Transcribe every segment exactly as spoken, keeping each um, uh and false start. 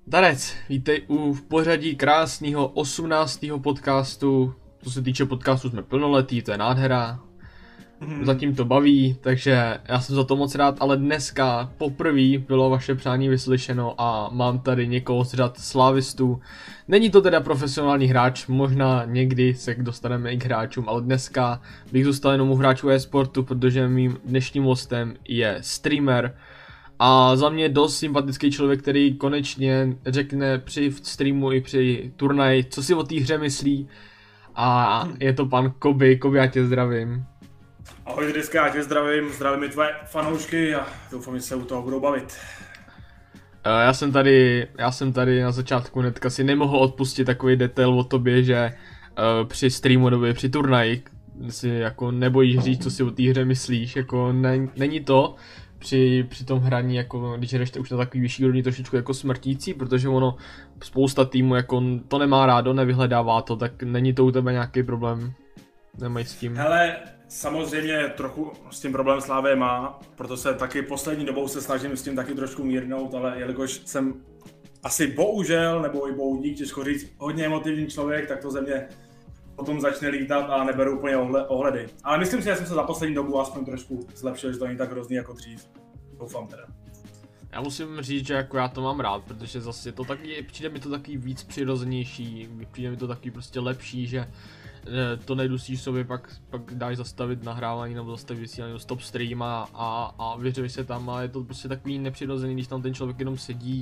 Darec, vítej u v pořadí krásného osmnáctého podcastu. Co se týče podcastu, jsme plnoletí, to je nádhera. Hmm. Zatím to baví, takže já jsem za to moc rád, ale dneska poprvé bylo vaše přání vyslyšeno a mám tady někoho z řad slávistů. Není to teda profesionální hráč, možná někdy se dostaneme i k hráčům, ale dneska bych zůstal jenom u hráčů e-sportu, protože mým dnešním hostem je streamer. A za mě dost sympatický člověk, který konečně řekne při streamu i při turnaji, co si o té hře myslí. A je to pan Koby. Koby, já tě zdravím. Ahoj Driska, já tě zdravím, zdravím i tvoje fanoušky a doufám, že se u toho budou bavit. Já jsem tady, já jsem tady na začátku netka si nemohl odpustit takový detail o tobě, že uh, při streamu nebo při turnaji si jako nebojíš říct, co si o té hře myslíš, jako ne, není to při, při tom hraní, jako když jdeš už na takový vyšší úrovni, trošičku jako smrtící, protože ono spousta týmů jako to nemá rádo, nevyhledává to, tak není to u tebe nějaký problém, nemají s tím. Hele, samozřejmě trochu s tím problém Slávě má, proto se taky poslední dobou se snažím s tím taky trošku mírnout, ale jelikož jsem asi bohužel, nebo i bohudík, těžko říct, hodně emotivní člověk, tak to ze mě potom začne lítat a neberu úplně ohledy. Ale myslím si, že jsem se za poslední dobu aspoň trošku zlepšil, že to není tak hrozný jako dřív. Doufám teda. Já musím říct, že jako já to mám rád, protože zase je to taky, přijde mi to taky víc přirozenější, přijde mi to taky prostě lepší, že to nedusíš sobě, pak, pak dáš zastavit nahrávání nebo zastavit vysílání, stop stream a, a, a vyřeš se tam a je to prostě takový nepřirozený, když tam ten člověk jenom sedí.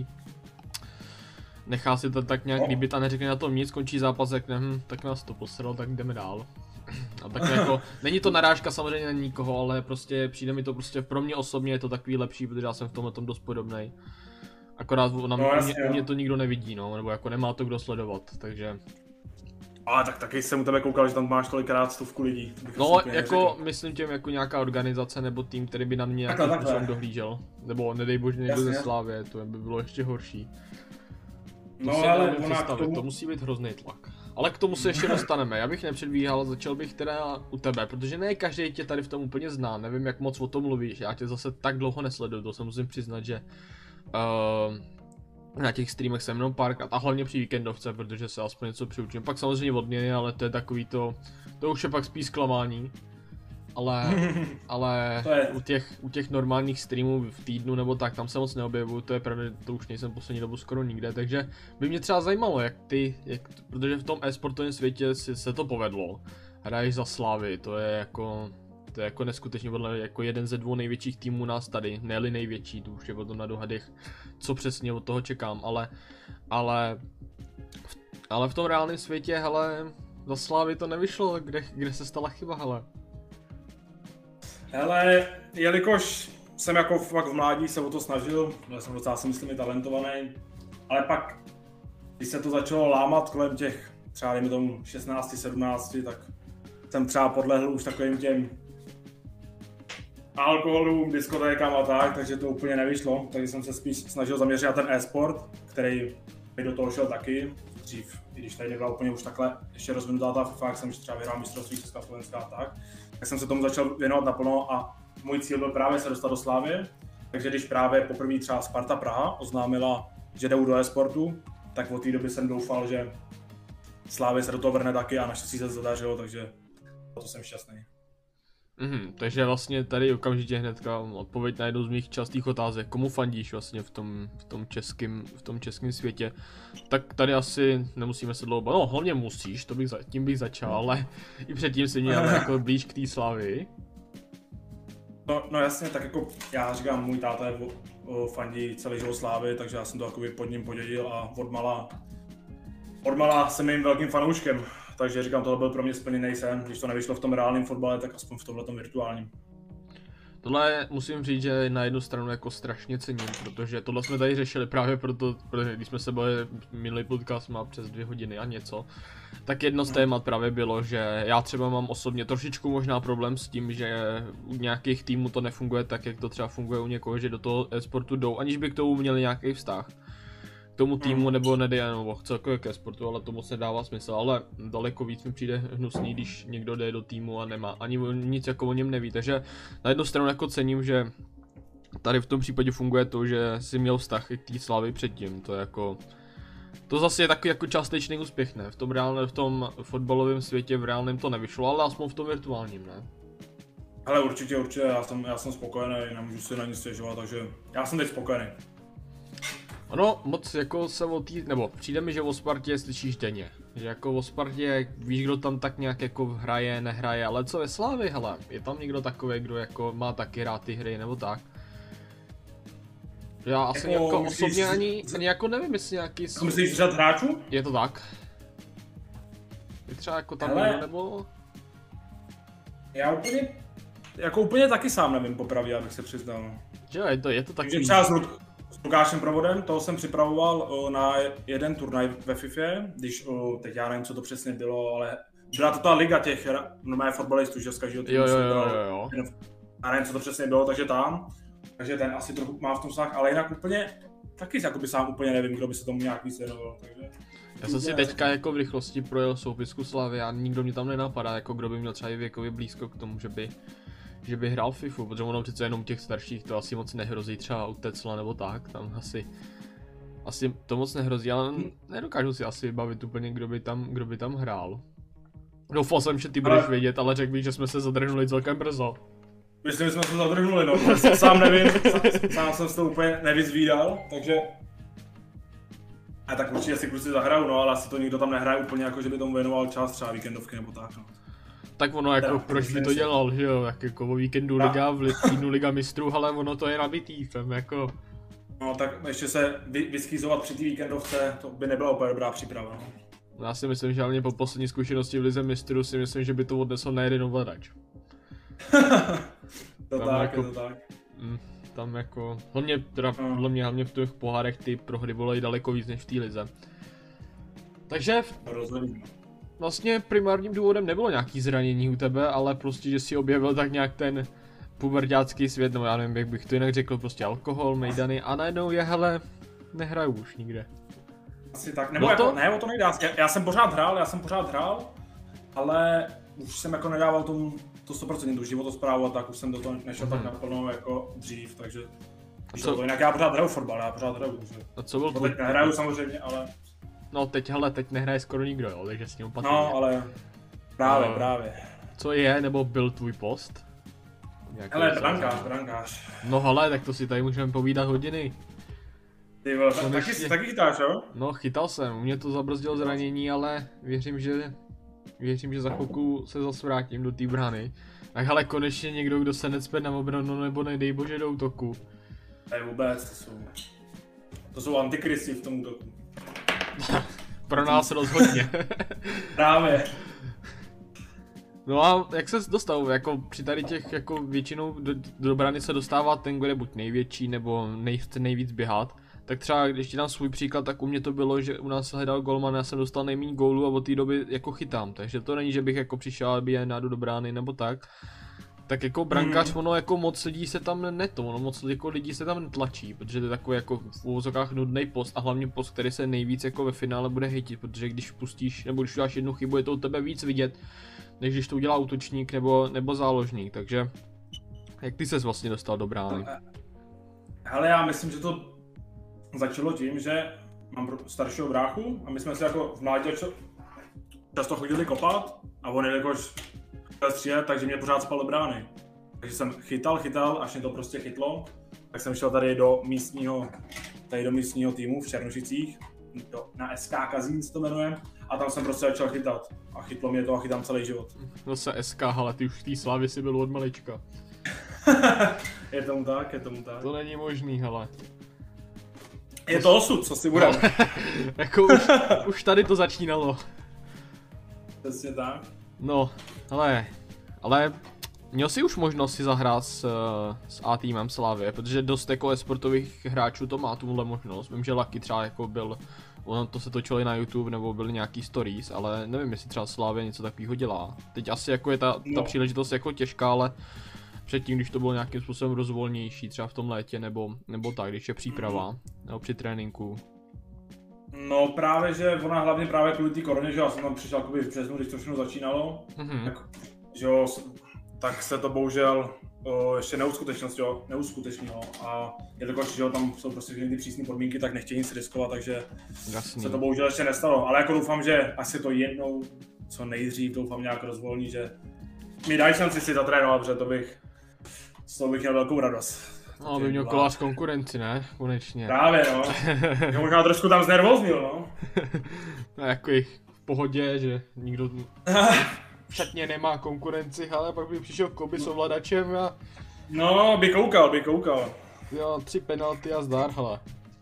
Nechá si to tak nějak líbit a neřekne na tom nic, končí zápas, řekne, hm, tak nás to posral, tak jdeme dál. A tak jako, není to narážka samozřejmě na nikoho, ale prostě přijde mi to prostě, pro mě osobně je to takový lepší, protože já jsem v tomhle tom dost podobnej. Akorát na mě, no, u mě to nikdo nevidí, no, nebo jako nemá to kdo sledovat, takže... Ale tak taky jsem u tebe koukal, že tam máš tolikrát stovku lidí. No, jako neřekl. Myslím tím jako nějaká organizace nebo tým, který by na mě nějakým způsobem dohlížel. Nebo nedej bože někdo ze Slávě, to by bylo ještě horší. To no ale ona tomu... to musí být hrozný tlak. Ale k tomu se ještě dostaneme, já bych nepředbíhal, začal bych teda u tebe, protože ne každý tě tady v tom úplně zná, nevím jak moc o tom mluvíš, já tě zase tak dlouho nesleduju, to se musím přiznat, že uh, na těch streamech jsem jenom párkrát a hlavně při víkendovce, protože se aspoň něco přiučím, pak samozřejmě odměny, ale to je takový to, to už je pak spíš zklamání. Ale, ale u těch, u těch normálních streamů v týdnu nebo tak, tam se moc neobjevuju, to je pravda, to už nejsem poslední dobu skoro nikde, takže by mě třeba zajímalo, jak ty, jak, protože v tom e-sportovém světě si, se to povedlo, hraješ za Slávy, to je jako, to je jako neskutečně podle jako jeden ze dvou největších týmů nás tady, ne-li největší, to už je potom na dohadech, co přesně od toho čekám, ale, ale, ale v tom reálném světě, hele, za Slávy to nevyšlo, kde, kde se stala chyba, hele. Hele, jelikož jsem jako fakt v mládí se o to snažil, já jsem docela si myslím i talentovaný, ale pak, když se to začalo lámat kolem těch třeba dejme tomu šestnáct sedmnáct, tak jsem třeba podlehl už takovým těm alkoholům, diskotékám a tak, takže to úplně nevyšlo, takže jsem se spíš snažil zaměřit na ten e-sport, který mi do toho šel taky, dřív, i když tady nebyla úplně už takhle ještě rozvinutá ta FIFA, jak jsem třeba vyhrál mistrovství Česká Slovenská a tak, tak jsem se tomu začal věnovat naplno a můj cíl byl právě se dostat do Slávy, takže když právě poprvé třeba Sparta Praha oznámila, že jdou do e-sportu, tak od té doby jsem doufal, že Slávy se do toho vrhne taky a naštěstí se zadařilo, takže to jsem šťastný. Mhm, takže vlastně tady okamžitě hnedka odpověď na jednu z mých častých otázek. Komu fandíš vlastně v tom, v tom českém, v tom českém světě? Tak tady asi nemusíme se dlouho, no hlavně musíš, to bych za, tím bych začal, ale i předtím si měl jako blíž k té Slávy. No, no jasně, tak jako já říkám, můj táta je fandí celý život Slávy, takže já jsem to jakoby pod ním podědil a odmala, odmala jsem jim velkým fanouškem. Takže říkám, tohle byl pro mě splněný sen, když to nevyšlo v tom reálném fotbale, tak aspoň v tomhletom virtuálním. Tohle musím říct, že na jednu stranu jako strašně cením, protože tohle jsme tady řešili právě proto, protože když jsme se bavili, minulý podcast má přes dvě hodiny a něco, tak jedno z témat právě bylo, že já třeba mám osobně trošičku možná problém s tím, že u nějakých týmů to nefunguje tak, jak to třeba funguje u někoho, že do toho e-sportu jdou, aniž by k tomu měli nějaký vztah. Tomu týmu nebo nedej, nebo celkově ke sportu, ale to moc nedává smysl, ale daleko víc mi přijde hnusný, když někdo jde do týmu a nemá ani nic jako o něm neví, takže na jednu stranu jako cením, že tady v tom případě funguje to, že si měl vztah i k té Slavii předtím, to je jako... To zase je takový jako částečný úspěch, ne? V tom reálném, v tom fotbalovém světě v reálném to nevyšlo, ale aspoň v tom virtuálním, ne? Ale určitě, určitě, já jsem, já jsem spokojený, nemůžu si na nic stěžovat, takže já jsem teď spokojený. Ono moc jako se o tý, nebo přijde mi, že o Spartě slyšíš denně. Že jako o Spartě víš, kdo tam tak nějak jako hraje, nehraje, ale co je Slávy, hele, je tam někdo takový, kdo jako má taky rád ty hry nebo tak? Já asi jako, jako myslíš, osobně ani, ani jako nevím, jestli nějaký... Jako myslíš řad hráčů? Je to tak? Je třeba jako tam Hele, někdo, nebo... Já úplně, jako úplně taky sám nevím popravdě, abych se přiznal. Že je to, je to Takže takový... třeba s, Luk- s Lukášem Provodem, toho jsem připravoval o, na jeden turnaj ve FIFA, když o, teď já nevím, co to přesně bylo, ale byla to ta liga těch normálních fotbalistů, že z každého týmu Jo, jo, se jo, bral jo, jo. jeden- já nevím, co to přesně bylo, takže tam, takže ten asi trochu má v tom vztah, ale jinak úplně, taky jakoby sám úplně nevím, kdo by se tomu nějak víc věnoval, takže... Já jsem si teďka jako v rychlosti projel soupisku Slavy a nikdo mě tam nenapadá, jako kdo by měl třeba i věkově blízko k tomu, že by, že by hrál FIFU, protože ono přece jenom těch starších to asi moc nehrozí, třeba u Tecla nebo tak, tam asi, asi to moc nehrozí, ale nedokážu si asi bavit úplně, kdo by tam, kdo by tam hrál. Doufal jsem, že ty budeš Ale- vědět, ale řekl bych, že jsme se zadrhnuli celkem brzo. Myslím, že jsme se zadrhnuli, no, sám nevím, sám jsem s to úplně nevyzvídal, takže... A tak určitě si kluci zahrajou, no, ale asi to nikdo tam nehraje úplně jako, že by tomu věnoval čas, třeba víkendovky nebo tak, no. Tak ono jako, Teda, proč by to myslím si. dělal, že jo, jak jako o víkendu No. liga, v týdnu liga mistrů, ale ono to je nabitý, tam jako... No, tak ještě se vy, vyskýzovat při té víkendovce, to by nebyla úplně dobrá příprava, no. Já si myslím, že hlavně po poslední zkušenosti v lize mistrů si myslím, že by to odnesl na jeden ovladač. To Tam tak, jako- je to tak. Mm, tam jako, hlavně teda, No. podle mě hlavně v těch pohárech ty prohry volají daleko víc než v té lize. Takže Rozhodně. vlastně primárním důvodem nebylo nějaký zranění u tebe, ale prostě, že si objevil tak nějak ten puberťácký svět, no já nevím, jak bych to jinak řekl, prostě alkohol, mejdany a najednou je, hele, nehraju už nikde. Asi tak, nebo No to- jako, ne, o to nejde, já, já jsem pořád hrál, já jsem pořád hrál, ale už jsem jako nedával tomu to sto procent tu životosprávu a tak už jsem do toho nešel Mhm. tak naplno jako dřív, takže... co- To, jinak já pořád hraju fotbal, já pořád hraju, takže... A co byl To tvůj... teď nehraju samozřejmě, ale... No teď, hele, teď nehraje skoro nikdo, jo, takže s ním opatrně. No, ale... Právě, No. právě. Co je, nebo byl tvůj post? Nějaký Hele, rozhovor? brankář, brankář. No hele, tak to si tady můžeme povídat hodiny. Ty vole, To tak, taky, ještě- taky chytáš, jo? No, chytal jsem, u mě to zabrzdilo zranění, ale věřím, že věřím, že za chvilku se zase vrátím do té brány. Tak hele, konečně někdo, kdo se necpe na obranu nebo nedej bože do útoku. Ne, vůbec, to jsou... To jsou antikristi v tom útoku. Pro nás rozhodně. Právě. No a jak se dostal, jako při tady těch, jako většinou do, do brány se dostává ten, kdo je buď největší, nebo nejchce nejvíc běhat. Tak třeba, když ti dám svůj příklad, tak u mě to bylo, že u nás se hledal golman, já jsem dostal nejméně gólů a od té doby jako chytám, takže to není, že bych jako přišel a jen nájdu do brány nebo tak. Tak jako brankář, ono jako moc lidí se tam neto, ono moc jako lidí se tam netlačí, protože to je takový jako v úvozovkách nudný post a hlavně post, který se nejvíc jako ve finále bude hejtit, protože když pustíš, nebo když uděláš jednu chybu, je to u tebe víc vidět, než když to udělá útočník nebo, nebo záložník, takže jak ty ses vlastně dostal do brány? Hele, já myslím, že to začalo tím, že mám pro- staršího bráchu a my jsme si jako v mládě ča- často chodili kopat a on jelikož chtěl střílet, takže mě pořád spal do brány. Takže jsem chytal, chytal, až mě to prostě chytlo, tak jsem šel tady do místního, tady do místního týmu v Černošicích, do, na S K Kazín se to jmenuje, a tam jsem prostě začal chytat. A chytlo mě to a chytám celý život. Zase S K, ale ty už v té Slávě si byl od malička. Je tomu tak, je tomu tak. To není možný, hele. Je to osud, co si budeme. Jako už, už tady to začínalo. Přesně tak. No, ale, ale měl jsi už možnost si zahrát s, s A týmem Slávě, protože dost jako e-sportových hráčů to má tuhle možnost. Vím, že Lucky třeba jako byl, ono to se točilo i na YouTube nebo byly nějaký stories, ale nevím, jestli třeba Slávě něco takového dělá. Teď asi jako je ta, ta No. příležitost jako těžká, ale předtím, když to bylo nějakým způsobem rozvolnější, třeba v tom létě nebo, nebo tak, když je příprava, nebo při tréninku. No právě, že ona hlavně právě kvůli té koroně, že já jsem tam přišel jakoby v březnu, když to všechno začínalo, Mhm. tak, že jo, s- tak se to bohužel o, ještě neuskutečnilo, neuskutečnilo a jelikož že tam jsou prostě ty přísné podmínky, tak nechtějí nic riskovat, takže Jasný. se to bohužel ještě nestalo, ale jako doufám, že asi to jednou co nejdřív doufám nějak rozvolní, že mi dají šanci si zatrénovat, protože to bych, z toho bych měl velkou radost. No, aby měl kolář konkurenci, ne? Konečně. Právě, no. Já možná trošku tam znervoznil, no. No, jako jich v pohodě, že nikdo všetně nemá konkurenci, ale pak by přišel Kobe s ovladačem a... No, by koukal, by koukal. Jo, tři penalty a zdar, hele.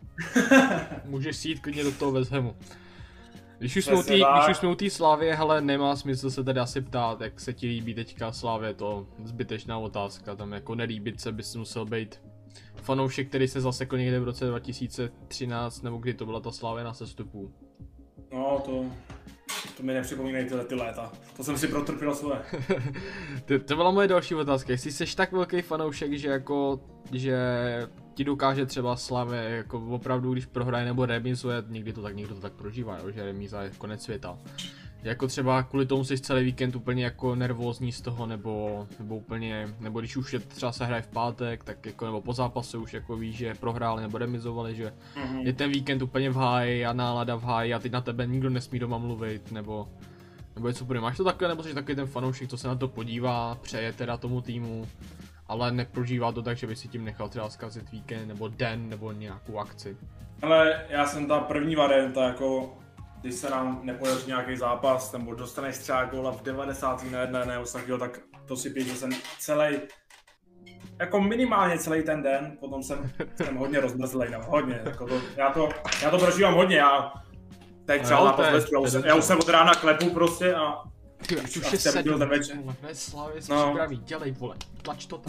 Můžeš si jít klidně do toho West Hamu. Když už, jsme tý, když už jsme u té Slávě, hele, nemá smysl se tady asi ptát, jak se ti líbí teďka Slávě, to zbytečná otázka, tam jako nelíbit se bys musel být fanoušek, který se zasekl někde v roce dva tisíce třináct, nebo kdy to byla ta Slávě na sestupu. No to, to mi nepřipomínají tyhle ty léta, to jsem si protrpěl svoje. to, to byla moje další otázka, jestli jsi tak velký fanoušek, že jako, že ti dokáže třeba Slavě, jako opravdu, když prohraje nebo remizuje, někdy to tak někdo to tak prožívá, jo, že remíza je konec světa. Jako třeba kvůli tomu jsi celý víkend úplně jako nervózní z toho, nebo, nebo úplně, nebo když už je třeba se hraje v pátek, tak jako, nebo po zápase už jako víš, že prohráli nebo remizovali, že mm-hmm. je ten víkend úplně v háji a nálada v háji a teď na tebe nikdo nesmí doma mluvit, nebo, nebo něco úplně. Máš to takhle, nebo jsi takový ten fanoušek, co se na to podívá, přeje teda tomu týmu, ale neprožívá to tak, že by si tím nechal třeba zkazit víkend, nebo den, nebo nějakou akci. Ale já jsem ta první varianta, jako když se nám nepodaří nějaký zápas, nebo dostaneš třeba góla v devadesátém na jedné, nebo takového, tak to si píš, že jsem celý, jako minimálně celý ten den, potom jsem, jsem hodně rozmrzlej, nebo hodně, jako to, já, to, já to prožívám hodně, já teď třeba zápas bez já, už jsem, já už jsem od rána klepu prostě a ty, už, už je sedm, ten večer. Slávě si no. Připraví, dělej vole, tlač to tam.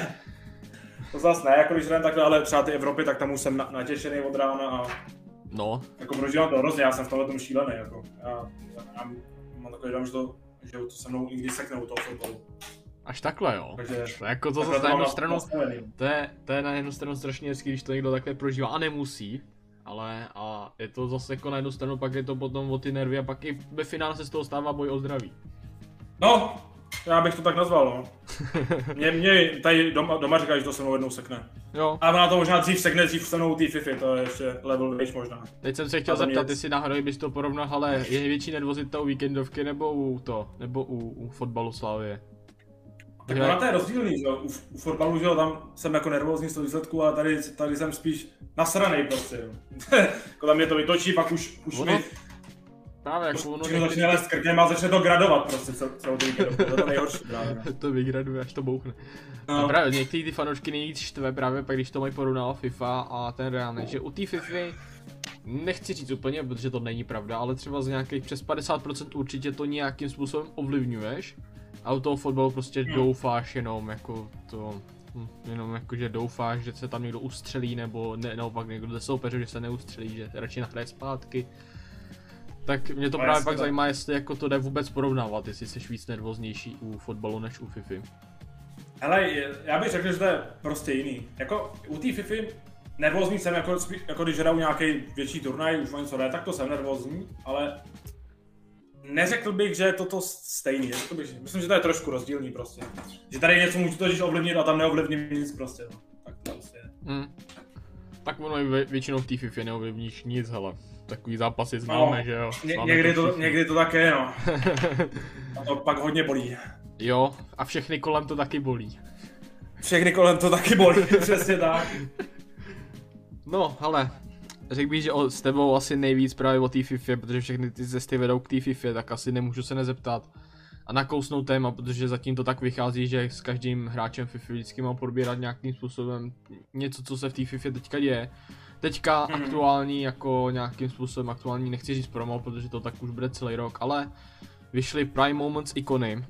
To zase ne, jako když hrajeme takhle, ale třeba ty Evropy, tak tam už jsem na, natěšený od rána a no. Jako prožívám to hrozně, já jsem v tomhle tom šílený, jako. Já, já, já mám takový dám, že to, že to se mnou nikdy sekne u toho fotbalu. Až takhle jo? Takže, to jako to zase na jednu stranu, to je, to je na jednu stranu strašně hezký, když to někdo takhle prožívá a nemusí. Ale a je to zase jako na jednu stranu, pak je to potom o ty nervy a pak i ve finále se z toho stává boj o zdraví. No, já bych to tak nazval, no. Mě, mě tady doma, doma říká, že to se mnou jednou sekne. Jo. A ona to možná dřív sekne, dřív se mnou tý FIFA, to je ještě level výš možná. Teď jsem se chtěl zeptat, jestli náhodou bys to porovnal, ale je větší nervozita u víkendovky nebo u to, nebo u, u fotbalu Slavie? Tak ona to je rozdílný, že jo, u, u fotbalu, že jo, tam jsem jako nervózní z toho výsledku a tady, tady jsem spíš nasranej prostě, jo. Jako tam mě to vytočí, pak už, už ono, mi... Právě jako ono... Všechno začne lézt krkem a začne to gradovat prostě celou ty víkendovku, to je to nejhorší právě. No. To vygraduje, až to bouchne. No. A právě některý ty fanoušky nejvíc štve právě pak, když to mají porovnal FIFA a ten reálný, že u té FIFA nechci říct úplně, protože to není pravda, ale třeba z nějakých přes padesát procent určitě to nějakým způsobem ovlivňuješ. A u toho fotbalu prostě hmm. doufáš jenom jako to, jenom jako že doufáš, že se tam někdo ustřelí, nebo ne, naopak někdo ze soupeře, že se neustřelí, že radši nahraje zpátky. Tak mě to no, právě pak tak zajímá, jestli jako to jde vůbec porovnávat, jestli jsi víc nervóznější u fotbalu než u FIFA. Hele, já bych řekl, že to je prostě jiný. Jako u té FIFA nervózní jsem, jako, jako když hraju nějaký větší turnaj, už o něco jde, tak to jsem nervózní, ale neřekl bych, že je to to stejný, bych, myslím, že to je trošku rozdílný prostě. Že tady něco můžu totiž ovlivnit a tam neovlivním nic prostě, no. Tak to prostě je. Hmm. Tak ono vě většinou v té FIFA neovlivníš nic, hele. Takový zápasy známe, no, že jo. Ně někdy, to, někdy to tak je, no. A to pak hodně bolí. Jo, a všechny kolem to taky bolí. Všechny kolem to taky bolí, přesně tak. No, hele. Řekl bych, že o, s tebou asi nejvíc právě o té FIFA, protože všechny ty cesty vedou k té FIFA, tak asi nemůžu se nezeptat a nakousnout téma, protože zatím to tak vychází, že s každým hráčem FIFA vždycky mám probírat nějakým způsobem něco, co se v té FIFA teďka děje. Teďka mm. aktuální, jako nějakým způsobem aktuální, nechci říct promo, protože to tak už bude celý rok, ale vyšly Prime Moments ikony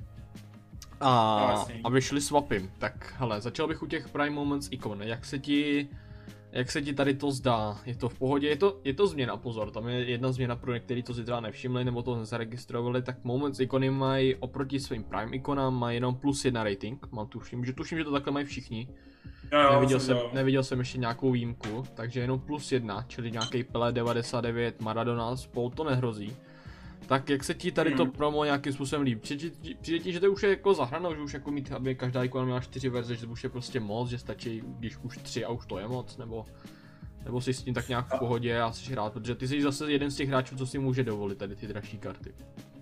a, a vyšly swapy. Tak hele, začal bych u těch Prime Moments ikon, jak se ti... Jak se ti tady to zdá? Je to v pohodě? Je to, je to změna, pozor, tam je jedna změna pro některý, to si třeba nevšimli nebo to nezaregistrovali, tak Moments ikony mají oproti svým Prime ikonám mají jenom plus jedna rating, mám tuším, že tuším, že to takhle mají všichni. Jo, jo, neviděl, jsem, neviděl jsem ještě nějakou výjimku, takže jenom plus jedna, čili nějaký Pelé devadesát devět, Maradona, spolu to nehrozí. Tak jak se ti tady to promo nějakým způsobem líbí? Přijde, přijde ti, že to už je jako za hranou, že už jako mít, aby každá ikona měla čtyři verze, že to už je prostě moc, že stačí, když už tři a už to je moc, nebo... Nebo jsi s tím tak nějak v pohodě a jsi rád, protože ty jsi zase jeden z těch hráčů, co si může dovolit tady ty dražší karty.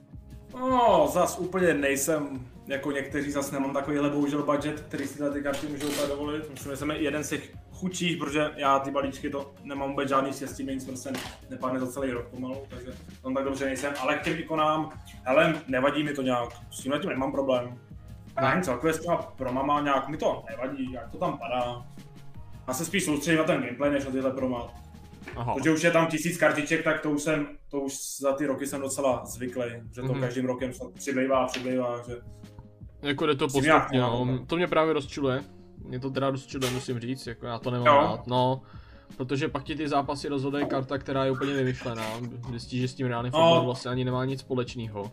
No, zas úplně nejsem, jako někteří zas nemám takovýhle bohužel budget, který si tady ty karty můžou úplně dovolit. Myslím, že jsem jeden z těch chudších, protože já ty balíčky to nemám vůbec žádný štěstí, nic prostě nepadne za celý rok pomalu, takže tam tak dobře nejsem. Ale k těm ikonám, hele, nevadí mi to nějak, s tímhle tím nemám problém. Já nevím, celkově s těma promama nějak mi to nevadí, jak to tam padá. Já se spíš soustředím na ten gameplay, než na tyhle promat. Aha. Protože už je tam tisíc kartiček, tak to už jsem, to už za ty roky jsem docela zvyklý, že to mm-hmm. každým rokem přibývá, přibývá, že... Jako jde to postupně, no. To mě právě rozčiluje. Mě to teda rozčiluje, musím říct, jako já to nemám jo. rád, no. Protože pak ti ty zápasy rozhodají karta, která je úplně vymyšlená. Zjistíš, že s tím reálným fotbalem vlastně ani nemá nic společného.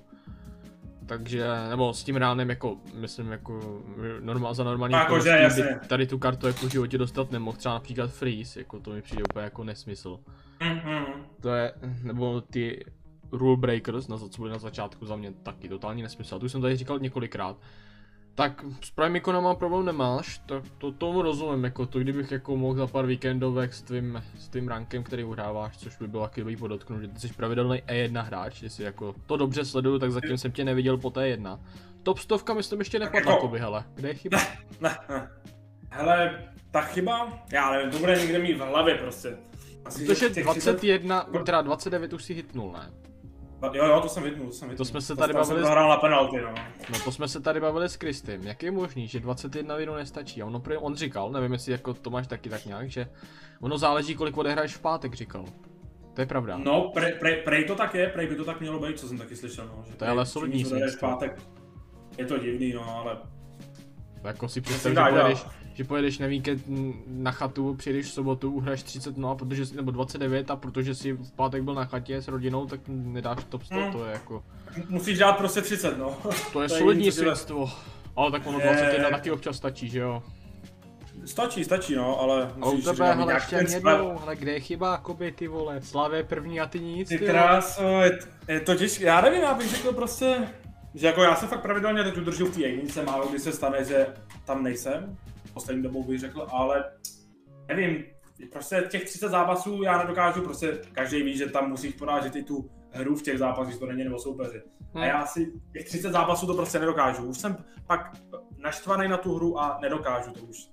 Takže, nebo s tím ránem jako, myslím jako, normál, za normální okolností tady tu kartu jako v životě dostat nemohl, třeba například freeze, jako to mi přijde úplně jako nesmysl. Mm-hmm. To je, nebo ty rule breakers, na, co byly na začátku za mě taky totální nesmysl, to už jsem tady říkal několikrát. Tak s Prime ikonama problém nemáš, tak to tomu rozumím, jako to kdybych jako mohl za pár víkendovek s tvým, s tvým rankem, který uhráváš, což by bylo taky dobrý podotknout, že ty jsi pravidelný E jedna hráč, jestli jako to dobře sleduju, tak zatím jsem tě neviděl po té jedna. Top stovka myslím ještě nepadla, jako... Koby, hele, kde je chyba? Ne, ne, hele, ta chyba, já nevím, to bude někde mít v hlavě prostě. Asi protože dvacet jedna, teda dvacet devět už si hitnul, ne? Jo, jo, to jsem vypnul, to jsem vypnul. To jsme se tady to bavili. Jsem to hrál na penalty, no. No to jsme se tady bavili s Kristym. Jak je možný, že dvacet jedna věnů nestačí? A ono, on říkal, nevím jestli jako to máš taky tak nějak, že ono záleží, kolik odehraješ v pátek, říkal. To je pravda. No, prej, prej, prej to tak je, prej by to tak mělo být, co jsem taky slyšel, no. Že to je ale solidní v pátek. Je to divný, no, ale... Jako si představ, že pojedeš, že pojedeš na víkend na chatu, přijedeš v sobotu, uhraješ třicet, no a protože, nebo dvacet devět a protože si v pátek byl na chatě s rodinou, tak nedáš top sto, hmm. to je jako... Musíš dát prostě třicet, no. To je solidní svědectvo, ale tak ono dvacet jedna taky občas stačí, že jo? Stačí, stačí, no, ale musíš... Ale u tebe, hele, ještě jednou, ale kde je chyba, jakoby, ty vole, Slavě první a ty nic, ty kráso, je, je to těžké, já nevím, já bych řekl prostě... Že jako já se fakt pravidelně teď udržu v té jednice, málo kdy se stane, že tam nejsem, poslední dobou bych řekl, ale nevím, prostě těch třicet zápasů já nedokážu, prostě každý ví, že tam musíš porážet i tu hru v těch zápasech, to není nebo soupeři. Hmm. A já si těch třicet zápasů to prostě nedokážu, už jsem pak naštvaný na tu hru a nedokážu to už.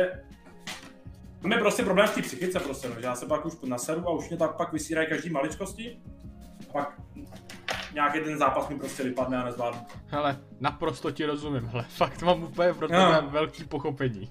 Tam je prostě problém v té psychice prostě, no, že já se pak už naseru a už mě tak pak vysírají každý maličkosti a pak nějaký ten zápas mi prostě vypadne a nezvládnu. Hele, naprosto ti rozumím, hele, fakt mám úplně pro tebe no. velký pochopení.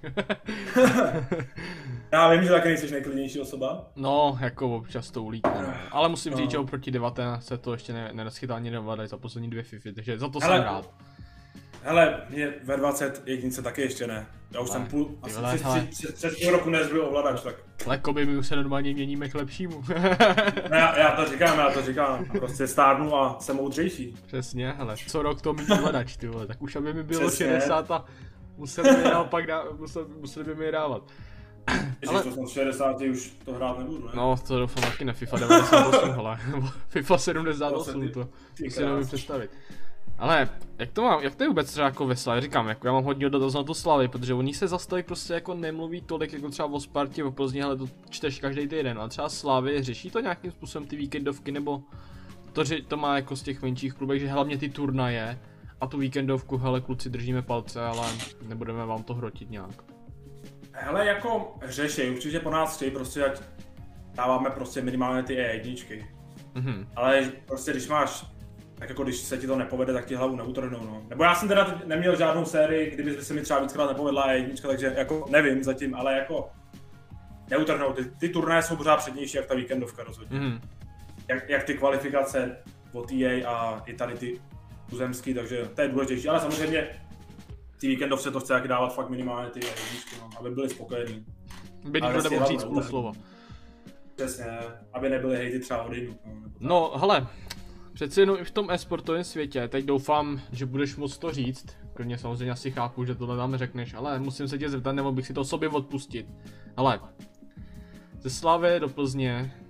Já vím, že taky nejsi nejklidnější osoba. No, jako občas to ulítne, no. Ale musím no. říct, že oproti devatenáct se to ještě ne, nenaschytá ani nevladají za poslední dvě FIFA, takže za to hele, jsem rád. Hele, mě ve dvacet jednice taky ještě ne. Já už ale, jsem půl, asi vole, přes, přes půl roku nezbyl ovladač, tak. Ale Koby, my už se normálně měníme k lepšímu. ne, já, já to říkám, já to říkám, prostě stárnu a jsem moudřejší. Přesně, hele, co rok to mít ovladač, ty vole, tak už aby mi bylo Přesně. šedesát a museli by mi naopak dá, museli, museli by mi je dávat. Ježiš, ale... to jsem šedesát už to hrát nebudu, ne? No, to doufám taky ne, FIFA devadesát osm, hele, nebo FIFA sedmdesát osm, to, to si nevím představit. Ale jak to mám, jak to je vůbec třeba jako ve Slavě, říkám, jako já mám hodně dotazů na tu Slavy, protože oni se zase tolik prostě jako nemluví tolik jako třeba o Spartě, o Plzni, ale to čteš každý týden, ale třeba Slavy řeší to nějakým způsobem ty víkendovky, nebo to, že to má jako z těch menších klubech, že hlavně ty turnaje a tu víkendovku, hele kluci držíme palce, ale nebudeme vám to hrotit nějak. Hele, jako řeší, určitě po nás chtějí prostě, ať dáváme prostě minimálně ty E jedna. Mhm. Ale prostě když máš tak jako když se ti to nepovede, tak ti hlavu neutrhnou, no. Nebo já jsem teda neměl žádnou sérii, kdyby se mi třeba víckrát nepovedla E jedna, takže jako nevím zatím, ale jako neutrhnou. Ty, ty turnaje jsou pořád přednější, jak ta víkendovka rozhodně. Mm. Jak, jak ty kvalifikace o T A a i tady ty tuzemský, takže to je důležitější, ale samozřejmě ty víkendovce to chce taky dávat fakt minimálně ty E jedna, no, aby byli spokojení. By nikdo nemohl říct půl slova. Přesně, aby nebyly hejty třeba od jednu. No, no hele. Přeci jenom i v tom e-sportovém světě, teď doufám, že budeš moct to říct, klidně samozřejmě asi chápu, že tohle nám řekneš, ale musím se tě zeptat, nebo bych si to sobě odpustit. Hele, ze Slavy do Plzně,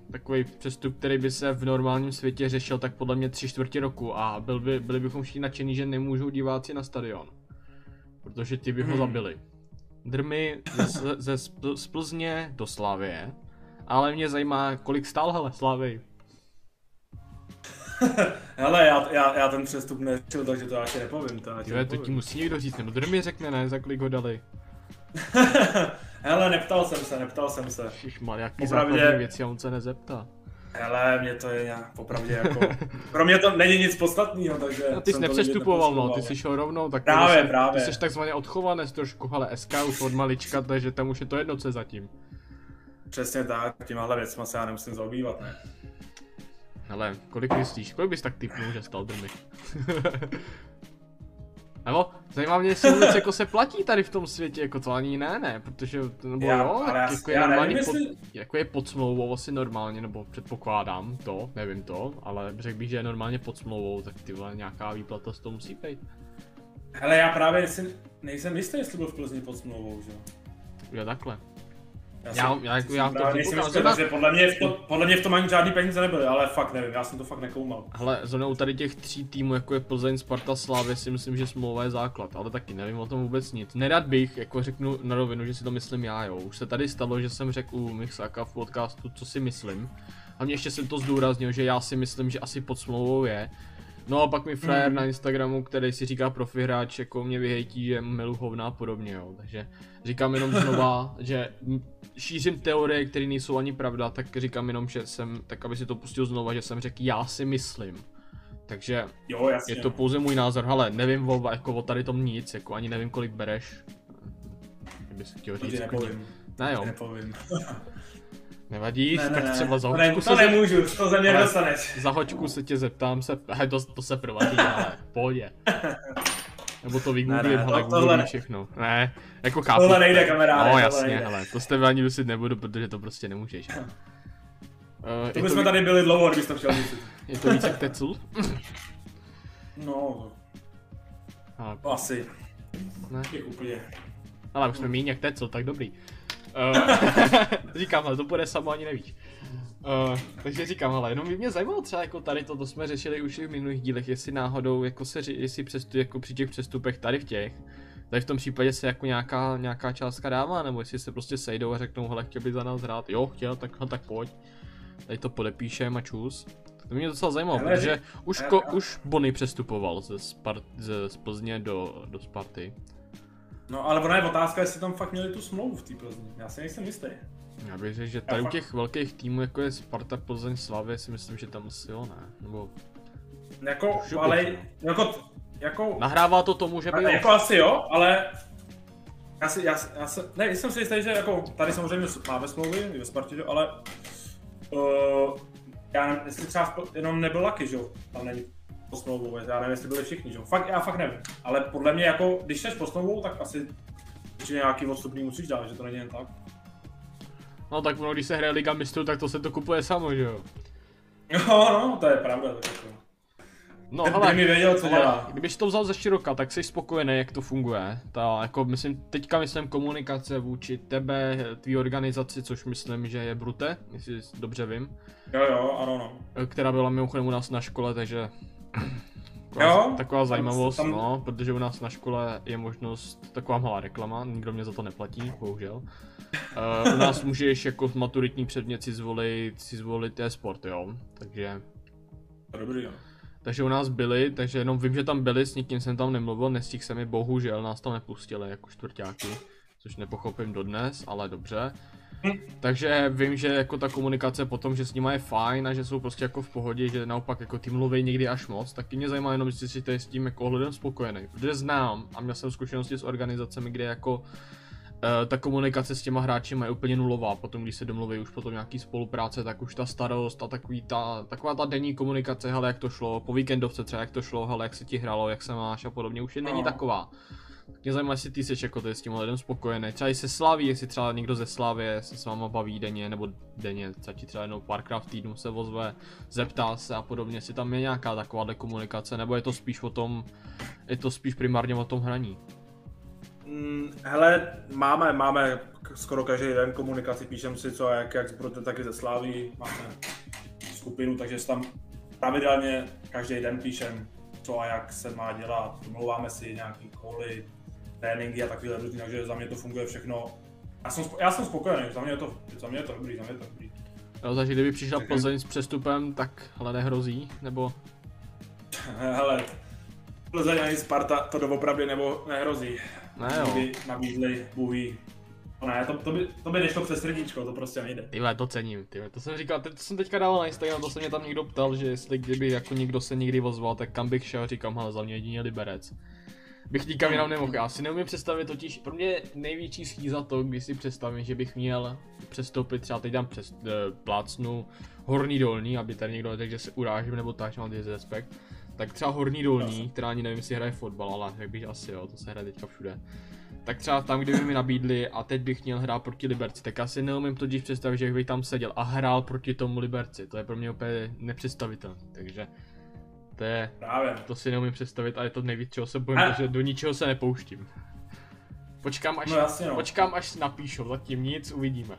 takový přestup, který by se v normálním světě řešil tak podle mě tři čtvrtě roku a byl by, byli bychom všichni nadšení, že nemůžou diváci na stadion. Protože ti by ho zabili. Drmy ze, ze, z Plzně do Slavie, ale mě zajímá, kolik stál, hele, Slavii. Hele, já, já, já ten přestup nečil, takže to já ti nepovím. To, já ti Jo, to ti musí někdo říct, nebo Drmy řekne, ne, za kolik ho dali. Hele, neptal jsem se, neptal jsem se. Šišmar, jaký Popravdě... základní věci, a on se nezeptá. Hele, mě to je nějak popravdě jako... Pro mě to není nic podstatného, takže... No, ty jsi nepřestupoval, no, ty jsi šel rovnou, tak právě, jsi, právě. Ty jsi takzvaně odchovanec trošku, ale S K už od malička, takže tam už je to jedno, co je zatím. Přesně tak, těmahle věcma se já nemusím zaobývat, ne? Hele, kolik myslíš, kolik bys tak typnul, že stal Drmy? Nebo zajímá mě, jestli vůbec jako se platí tady v tom světě, jako to ani ne, ne, protože, nebo já, jo, tak já, jako já je normálně, nevím, pod, jestli... jako je pod smlouvou asi normálně, nebo předpokládám to, nevím to, ale řekl bych, že je normálně pod smlouvou, tak ty vole, nějaká výplata z toho musí být. Hele, já právě si nejsem jistý, jestli byl v Plzni pod smlouvou, že jo? Jo, takhle. Já, Já, jsem, já, jako, já to předpokládám, že podle mě, v to, podle mě v tom ani žádný peníze nebyly, ale fakt nevím, já jsem to fakt nekoumal. Hele, zrovna u tady těch tří týmů, jako je Plzeň, Sparta, Slavie, si myslím, že smlouva je základ, ale taky nevím o tom vůbec nic. Nerad bych, jako řeknu na rovinu, že si to myslím já, jo. Už se tady stalo, že jsem řekl u Mixáka v podcastu, co si myslím. A mě ještě jsem to zdůraznil, že já si myslím, že asi pod smlouvou je. No a pak mi frajer mm. na Instagramu, který si říká profi hráč, jako mě vyhejtí, že milu hovna a podobně, jo. Takže říkám jenom znova, že šířím teorie, které nejsou ani pravda, tak říkám jenom, že jsem, tak aby si to pustil znova, že jsem řekl, já si myslím. Takže jo, jasně, je to pouze můj názor, hele, nevím o, jako o tady tom nic, jako ani nevím, kolik bereš. Kdybych si chtěl říct. Nepovím. Ne jo. Nepovím. Nevadí, ne, tak ne, třeba za hoďku se... To nemůžu, to ze mě dostaneš. Za hoďku se tě zeptám se, to, to se provadí, ale pohodě. Nebo to vygooglím, ale to, googlím všechno. Ne, jako chápu. Tohle nejde, kamaráde. No jasně, hele, to s tebe ani dusit nebudu, protože to prostě nemůžeš. Uh, to bychom to tady byli dlouho, kdybys to chtěl dusit. Je to víc jak Tecl? No, to asi. Ne. Je úplně. Ale už jsme míň jak Tecl, tak dobrý. Uh, říkám, ale to bude samo, ani nevíš. Uh, takže říkám, ale jenom by mě zajímalo třeba jako tady to, to jsme řešili už i v minulých dílech, jestli náhodou, jako se, jestli přestu, jako při těch přestupech tady v těch, tady v tom případě se jako nějaká, nějaká částka dává, nebo jestli se prostě sejdou a řeknou, hele, chtěl by za nás hrát, jo, chtěl, tak, no, tak pojď, tady to podepíšem a čus. To mě docela zajímalo, hele, protože už, ko, už Bony přestupoval ze, Spart, ze z Plzně do, do Sparty. No ale ona je otázka, jestli tam fakt měli tu smlouvu v té Plzni, já si nejsem jistý. Já bych řekl, že tady u těch velkých týmů, jako je Sparta, Plzeň, Slavie, si myslím, že tam asi jo, ne? Nebo... Jako, ale, jako, jako... Nahrává to tomu, že by jo. Jako asi jo, ale... Já si, já, já si, ne, jsem si jistý, že jako, tady samozřejmě máme smlouvy, ve Spartě, ale... Uh, já nevím, jestli třeba jenom nebyl Lucky, že jo, tam není po smlouvou, já nevím, jestli byli všichni, že jo, fakt, já fakt nevím. Ale podle mě jako, když jsi po smlouvou, tak asi určitě nějaký odstupný musíš dát, že to není jen tak. No tak ono, když se hraje Liga mistrů, tak to se to kupuje samo, že jo? Jo, no, to je pravda, tak jako. No Ten hele, mi věděl, co dělá. Kdybyš to vzal ze široka, tak jsi spokojený, jak to funguje. Ta, jako myslím, teďka myslím komunikace vůči tebe, tvý organizaci, což myslím, že je Brute, jestli dobře vím. Jo, jo, ano, no. Která byla mimochodem u nás na škole, takže... Taková, jo, taková zajímavost, tam... no, protože u nás na škole je možnost, taková malá reklama, nikdo mě za to neplatí, bohužel. Uh, u nás můžeš jako maturitní předmět si zvolit, si zvolit e-sport, jo, takže... Dobrý, jo. Takže u nás byli, takže jenom vím, že tam byli, s nikým jsem tam nemluvil, nestihl se mi, bohužel nás tam nepustili jako čtvrťáky, což nepochopím dodnes, ale dobře. Hm. Takže vím, že jako ta komunikace potom, že s nima je fajn a že jsou prostě jako v pohodě, že naopak jako ty mluví někdy až moc, taky mě zajímá jenom, jestli jsi tady s tím jako ohledem spokojený, protože znám a měl jsem zkušenosti s organizacemi, kde jako Uh, ta komunikace s těma hráči je úplně nulová, potom když se domluví už potom nějaký spolupráce, tak už ta starost a takový ta, taková ta denní komunikace, hele jak to šlo, po víkendovce třeba jak to šlo, hele jak se ti hrálo, jak se máš a podobně, už je není taková. Tak mě zajímá, jestli ty jsi jako ty s tím lidem spokojený, třeba i se Slaví, jestli třeba někdo ze Slavie se s váma baví denně, nebo denně, třeba ti třeba jednou párkrát v týdnu se ozve, zeptá se a podobně, jestli tam je nějaká taková komunikace, nebo je to spíš o tom, je to spíš primárně o tom hraní. Mm, hele, máme, máme skoro každý den komunikaci, píšem si co, jak, jak z Brody, tak i ze Slaví, máme skupinu, takže si tam pravidelně každý den píšem, co a jak se má dělat, domlouváme si nějaký koly, tréninky a takové různý, takže za mě to funguje všechno. Já jsem, já jsem spokojený, za mě je to, za mě je to dobrý, za mě je to dobrý. Jo, takže kdyby přišla Plzeň s přestupem, tak hele nehrozí, nebo? Hele, Plzeň ani Sparta to doopravdy nebo nehrozí. Ne jo. Kdyby nabídli, bůhví. No ne, to, to, by, to by nešlo přes srdíčko, to prostě nejde. Tyhle, to cením, tyhle, to jsem říkal, to jsem teďka dával na Instagram, to se mě tam někdo ptal, že jestli kdyby jako někdo se někdy ozval, tak kam bych šel, říkám, hele, za mě jedině Liberec. Bych nikam jinam nemohl, já si neumím představit totiž, pro mě největší schýza to, když si představím, že bych měl přestoupit, třeba teď dám přes uh, plácnu Horní Dolní, aby tady někdo neřekl, že se urážím nebo tak, že mám disrespekt. Tak třeba Horní Dolní, která ani nevím, jestli hraje fotbal, ale jak bych asi jo, to se hraje teďka všude. Tak třeba tam, kdyby mi nabídli a teď bych měl hrát proti Liberci, tak já si neumím totiž představit, že bych tam seděl a hrál proti tomu Liberci, to je pro mě úplně nepředstavitelné, takže to je, Právě. to si neumím představit a je to nejvíc, čeho se bojím, protože do ničeho se nepouštím. Počkám až, no jasně, no. počkám až napíšou, zatím nic, uvidíme.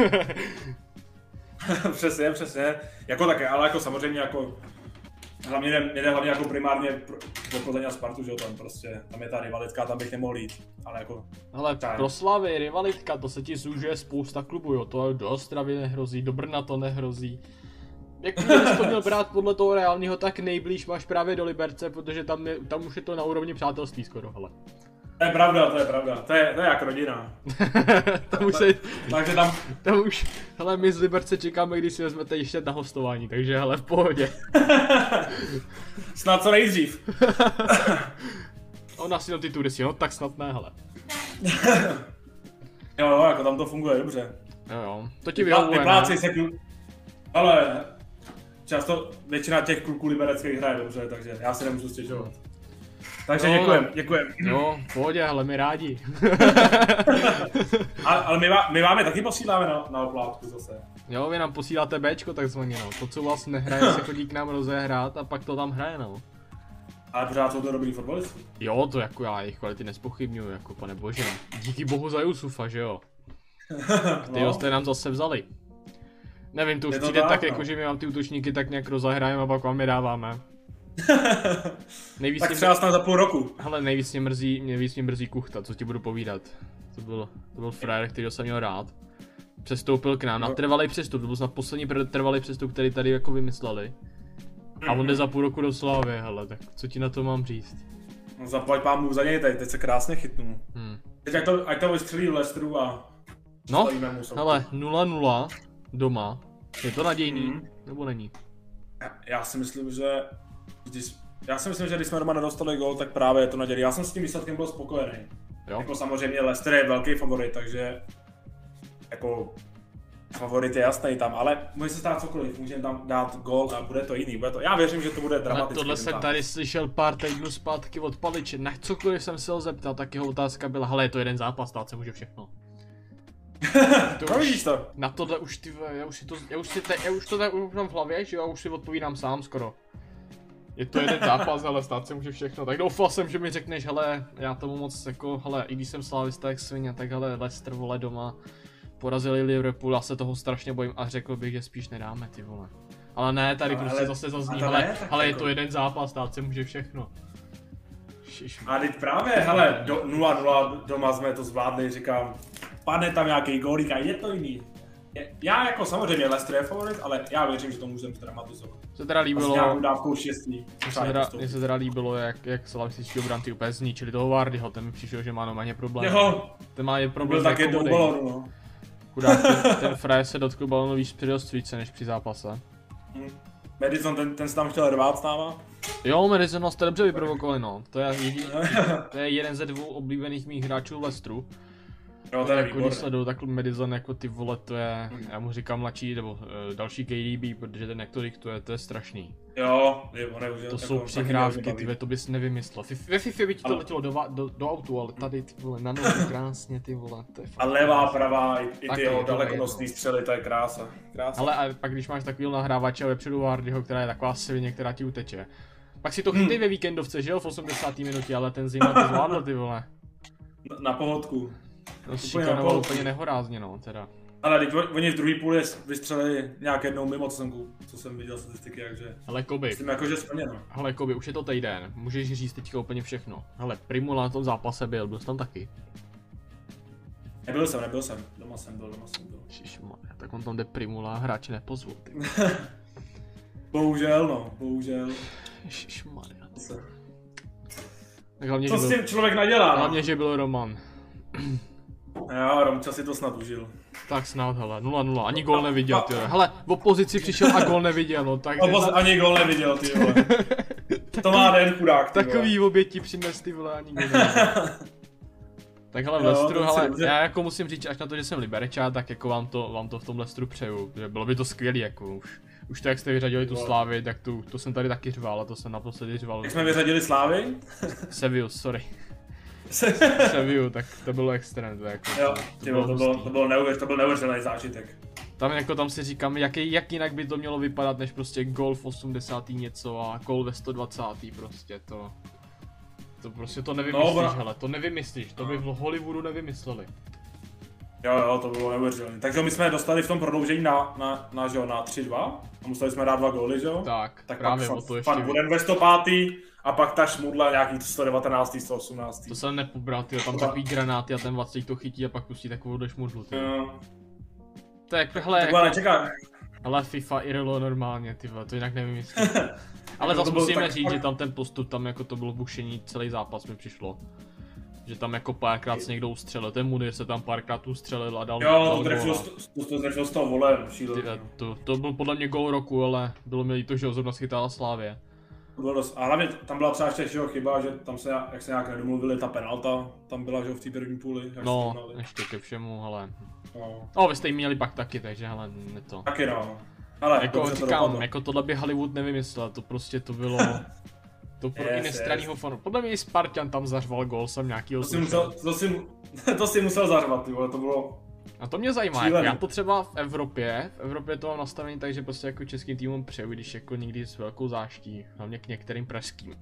Přesně, přesně, jako také, ale jako samozřejmě jako hlavně jde, jde hlavně jako primárně do Plzeň a Spartu, že jo, tam prostě, tam je ta rivalitka, tam bych nemohl jít, ale jako... Hele, pro Slavy, rivalitka, to se ti zúžuje spousta klubů, jo, to do Ostravy nehrozí, do Brna to nehrozí. Jak bys to měl brát podle toho reálního, tak nejblíž máš právě do Liberce, protože tam, je, tam už je to na úrovni přátelství skoro, hele. To je pravda, to je pravda, to je, to je jak rodina. tam už se, takže tam... tam už, hele, my z Liberce čekáme, když si vezmete ještě na hostování, takže hele, v pohodě. Snad co nejdřív. Ona si na ty tury si, no tak snad ne, hele. jo, jo, jako tam to funguje dobře. Jo, jo, to ti vyhovuje, vyplácej se klu... Ale často většina těch kluků libereckých hraje dobře, takže já si nemůžu stěžovat. Takže no, děkujem, děkujem. Jo, v pohodě, ale my rádi. ale ale my, my vám je taky posíláme na, na oplátku zase. Jo, vy nám posíláte Bčko takzvaně, no. To, co vlastně nehraje, se chodí k nám rozehrát a pak to tam hraje, no. Ale pořád jsou to dobrý fotbalisti. Jo, to jako já jejich kvality nespochybňuju, jako pane bože. Díky bohu za Jusufa, že jo. Ty no. Jste nám zase vzali. Nevím, to už přijde tak, tak no. Jako, že my vám ty útočníky tak nějak rozehrajeme a pak vám je dáváme. Nejvíc tak třeba snad za půl roku. Hele, nejvíc mě mrzí, nejvíc mě mrzí Kuchta, co ti budu povídat. To byl, to byl frajer, který jsem měl rád. Přestoupil k nám na trvalý přestup, to byl snad poslední trvalý přestup, který tady jako vymysleli. A on jde za půl roku do Slávy, hele, tak co ti na to mám říct? No zaplať pán za něj, teď, teď se krásně chytnu. Hmm. Teď ať to, ať to vystřelí v Leicesteru a... No, hele, nula nula doma. Je to nadějný, hmm. nebo není? Já, já si myslím, že... Když, já si myslím, že když jsme doma nedostali gól, tak právě je to nadějný. Já jsem s tím výsledkem byl spokojený. Jo. Jako samozřejmě Leicester je velký favorit, takže... Jako... Favorit je jasný tam, ale může se stát cokoliv, můžeme tam dát gól a bude to jiný, bude to, já věřím, že to bude dramatický. Tohle jsem tady slyšel pár týdnů zpátky od Paliče, na cokoliv jsem se ho zeptal, tak jeho otázka byla, hele, je to jeden zápas, stát se může všechno. To vidíš to? Na tohle už ty, já už si to, já už si te, já už to tak mám v hlavě, že já už si odpovídám sám skoro. Je to jeden zápas, ale stát se může všechno, tak doufal jsem, že mi řekneš, hele, já tomu moc jako, hele, i když jsem slávista jak svině, tak hele, Leicester, vole, doma. Porazili Liverpool, já se toho strašně bojím a řekl bych, že spíš nedáme, ty vole. Ale ne, tady ale, prostě zase zazní, ale, ne, ale jako... je to jeden zápas, stát se může všechno. Šiš. A teď právě, hele, do, nula nula doma jsme to zvládli, říkám, padne tam nějaký gólík a je to jiný. Je, já jako samozřejmě Leicester je favorit, ale já věřím, že to můžeme dramatizovat. Se teda líbilo, s nějakou dávkou štěstí. Mně se teda líbilo, jak, jak slavističtí obranci úplně zničili toho Vardyho, ten mi přišel, že má normálně problém. Jo, ten má je problém byl taky do balonu, no. Chudák, ten, ten frajer se dotkl balonu víc při dost více než při zápase. Hmm. Madison, ten, ten se tam chtěl rvát s náma? Jo, Madison nás to dobře vyprovokovali, no. To je, jediný, to je jeden ze dvou oblíbených mých hráčů Leicesteru. Jo, to je jako když sleduju takhle Madison jako ty vole, to je, hmm. já mu říkám mladší, nebo uh, další K D B, protože ten jak to diktuje, to je strašný. Jo, je, on je už, to jako, jsou přihrávky, ty to bys nevymyslel. Ve FIFA by ti to ale... letělo do, do, do autu, ale tady ty vole, na nohu krásně ty vole, to je fakt. A levá, pravá, i, i ty jeho dalekonosný střely, to je krása. krása. Ale a pak když máš takovýhle nahrávače a vepředu Vardyho, která je taková svině, která ti uteče. Pak si to chytej hmm. ve víkendovce, že jo, v osmdesátý minutě, ale ten Zima to zvládl, ty vole. na pohodku. No šikanoval úplně nehorázně, no, teda. Ale teď oni v druhé půli vystřelili nějak jednou mimo, co jsem, co jsem viděl statistiky, takže... Hele, Koby. Myslím jako, že splněno. Hele, Koby, už je to týden, můžeš říct teďka úplně všechno. Hele, Primula na tom zápase byl, byl jsi tam taky? Nebyl jsem, nebyl jsem, doma jsem byl, doma jsem byl. Ježišmarja, tak on tam jde Primula, hráči nepozvou, ty. Bohužel, no, bohužel. Ježišmarja. Tak hlavně, co že s byl, tím člověk nadělá? hlavně, že byl Roman. Jo, Romča si to snad užil. Tak snad, hele, nula nula, ani gól neviděl, ty vole. Hele, v opozici přišel a gól neviděl, no, tak... Opoz, ani gól neviděl, ty vole. To má den chudák, ty vole. Takový oběti přines, ty vole, ani gól neviděl. Tak hele, v Leicesteru, hele, já jako musím říct, až na to, že jsem Liberečák, tak jako vám to, vám to v tom Leicesteru přeju, že bylo by to skvělý, jako už. Už to, jak jste vyřadili tu Slávy, tak tu, to jsem tady taky řval, a to jsem naposledy řval. Jak jsme vyřadili Slávy? Sevillu, sorry. Sevillu, tak to bylo extrém, to jako. Jo, to, bylo, to, bylo, to, bylo neuvěř, to byl neuvěřitelný zážitek. Tam jako tam si říkám, jak, jak jinak by to mělo vypadat, než prostě gol v osmdesátém něco a gol ve sto dvacátém prostě, to... To prostě to nevymyslíš, no, hele, to nevymyslíš, to by v Hollywoodu nevymysleli. Jo, jo, to bylo neuvěřitelné. Takže my jsme dostali v tom prodloužení na, na, na, na, na tři dva a museli jsme dát dva góly, že jo? Tak, tak právě pak, o to ještě... Pak budeme ve sto pátý a pak ta šmudla nějaký sto devatenáctý, sto osmnáctý. To jsem nepobral, tyjo, tam takový granáty a ten Vaclík to chytí a pak pustí takovou šmudlu, tyjo. Jo. To je jak, hele, tak jako, nečeká. Ale FIFA Irilo normálně, ty vole, to jinak nevymyslím. Ale zase musíme říct, že tam ten postup, tam jako to bylo bušení, celý zápas mi přišlo. Že tam jako párkrát se někdo ustřelil, ten Munir se tam párkrát ustřelil a dal. Jo, to trefil, to, to trefil z toho volem, šílený. To, to byl podle mě gól roku, ale bylo mi líto, že ho zrovna schytala Slávě. A hlavně tam byla třeba ještě chyba, že tam se, jak se nějak nedomluvili, ta penalta tam byla, že v té první půli. No, ještě ke všemu, ale. No. no, vy jste jí měli pak taky, takže hele, ne to. Taky no. Ale jako říkám, to jako tohle by Hollywood nevymyslel, to prostě to bylo. To pro yes, i nestranného yes. fanu. Podle mě i Spartan tam zařval gól, jsem nějakýho to si musel, to si, to si musel zařvat, ty vole, to bylo... A to mě zajímá, jako já to třeba v Evropě, v Evropě to mám nastavení tak, že prostě jako českým týmům přeju, když jako někdy s velkou záští, hlavně k některým pražským.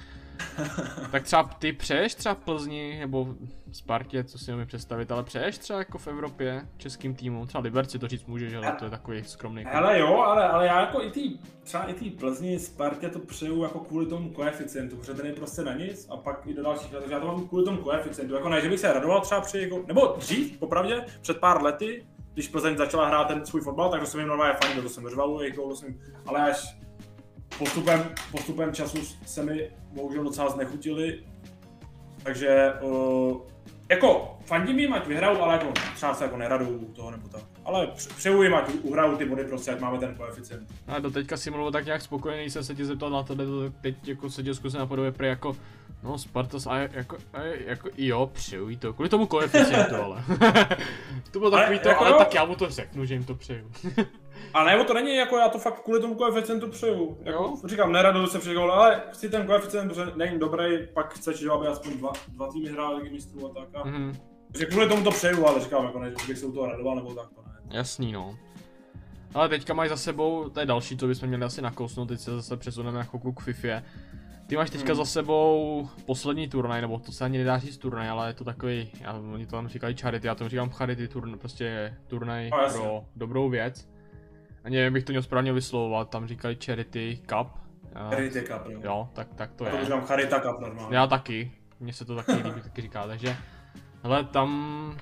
Tak třeba ty přeješ třeba Plzni nebo Spartě, co si umím představit, ale přeješ třeba jako v Evropě českým týmům, třeba Liberci to říct můžeš, ale to je takový skromný. Ale jo, ale, ale já jako i tý, třeba i tý Plzni, Spartě to přeju jako kvůli tomu koeficientu, protože ten je prostě na nic a pak i do dalších let, takže já to mám kvůli tomu koeficientu, jako ne, že bych se radoval třeba při, jako, nebo dřív, popravdě, před pár lety, když Plzeň začala hrát ten svůj fotbal, tak to jsem jim normálně fajn, to jsem řval, jejich gól, jsem, ale až postupem, postupem času se mi bohužel docela znechutili, takže uh, jako fandím jim, ať vyhrajou, ale jako třeba se jako neradou toho nebo tak. Ale přeju jim, ať uhrajou ty body prostě, ať máme ten koeficient. A do teďka si mluvil tak nějak spokojený, jsem se tě zeptal na tohle, teď jako se tě zkusím napodobě prý jako no Spartas a jako, a jako jo, přeju jí to, kvůli tomu koeficientu, ale. To bylo takový ale, to, jako ale jo. Tak já mu to řeknu, že jim to přeju. Ale nebo to není jako já to fakt kvůli tomu koeficientu přeju. Jako, říkám, neraduju se při gól, ale chci ten koeficient, protože není dobrý, pak chceš, že aby aspoň dva, dva týmy hráli ligy mistrů a tak. A... Mm-hmm. Takže kvůli tomu to přeju, ale říkám, jako ne, že bych se u toho radoval nebo tak, to ne. Jasný no. Ale teďka máš za sebou, to je další, co bychom měli asi nakousnout, teď se zase přesuneme na chvilku k FIFA. Ty máš teďka hmm. za sebou poslední turnaj, nebo to se ani nedá říct turnaj, ale je to takový, já, oni to tam říkají charity, já tomu říkám charity turnaj, prostě turnaj no, pro dobrou věc. A nevím, bych to měl správně vyslovovat, tam říkají Charity Cup. Charity Cup, jo. Jo, tak, tak to já je. Já to říkám Charita Cup normálně. Já taky, mně se to taky líbí, taky říká, takže... Hele, tam...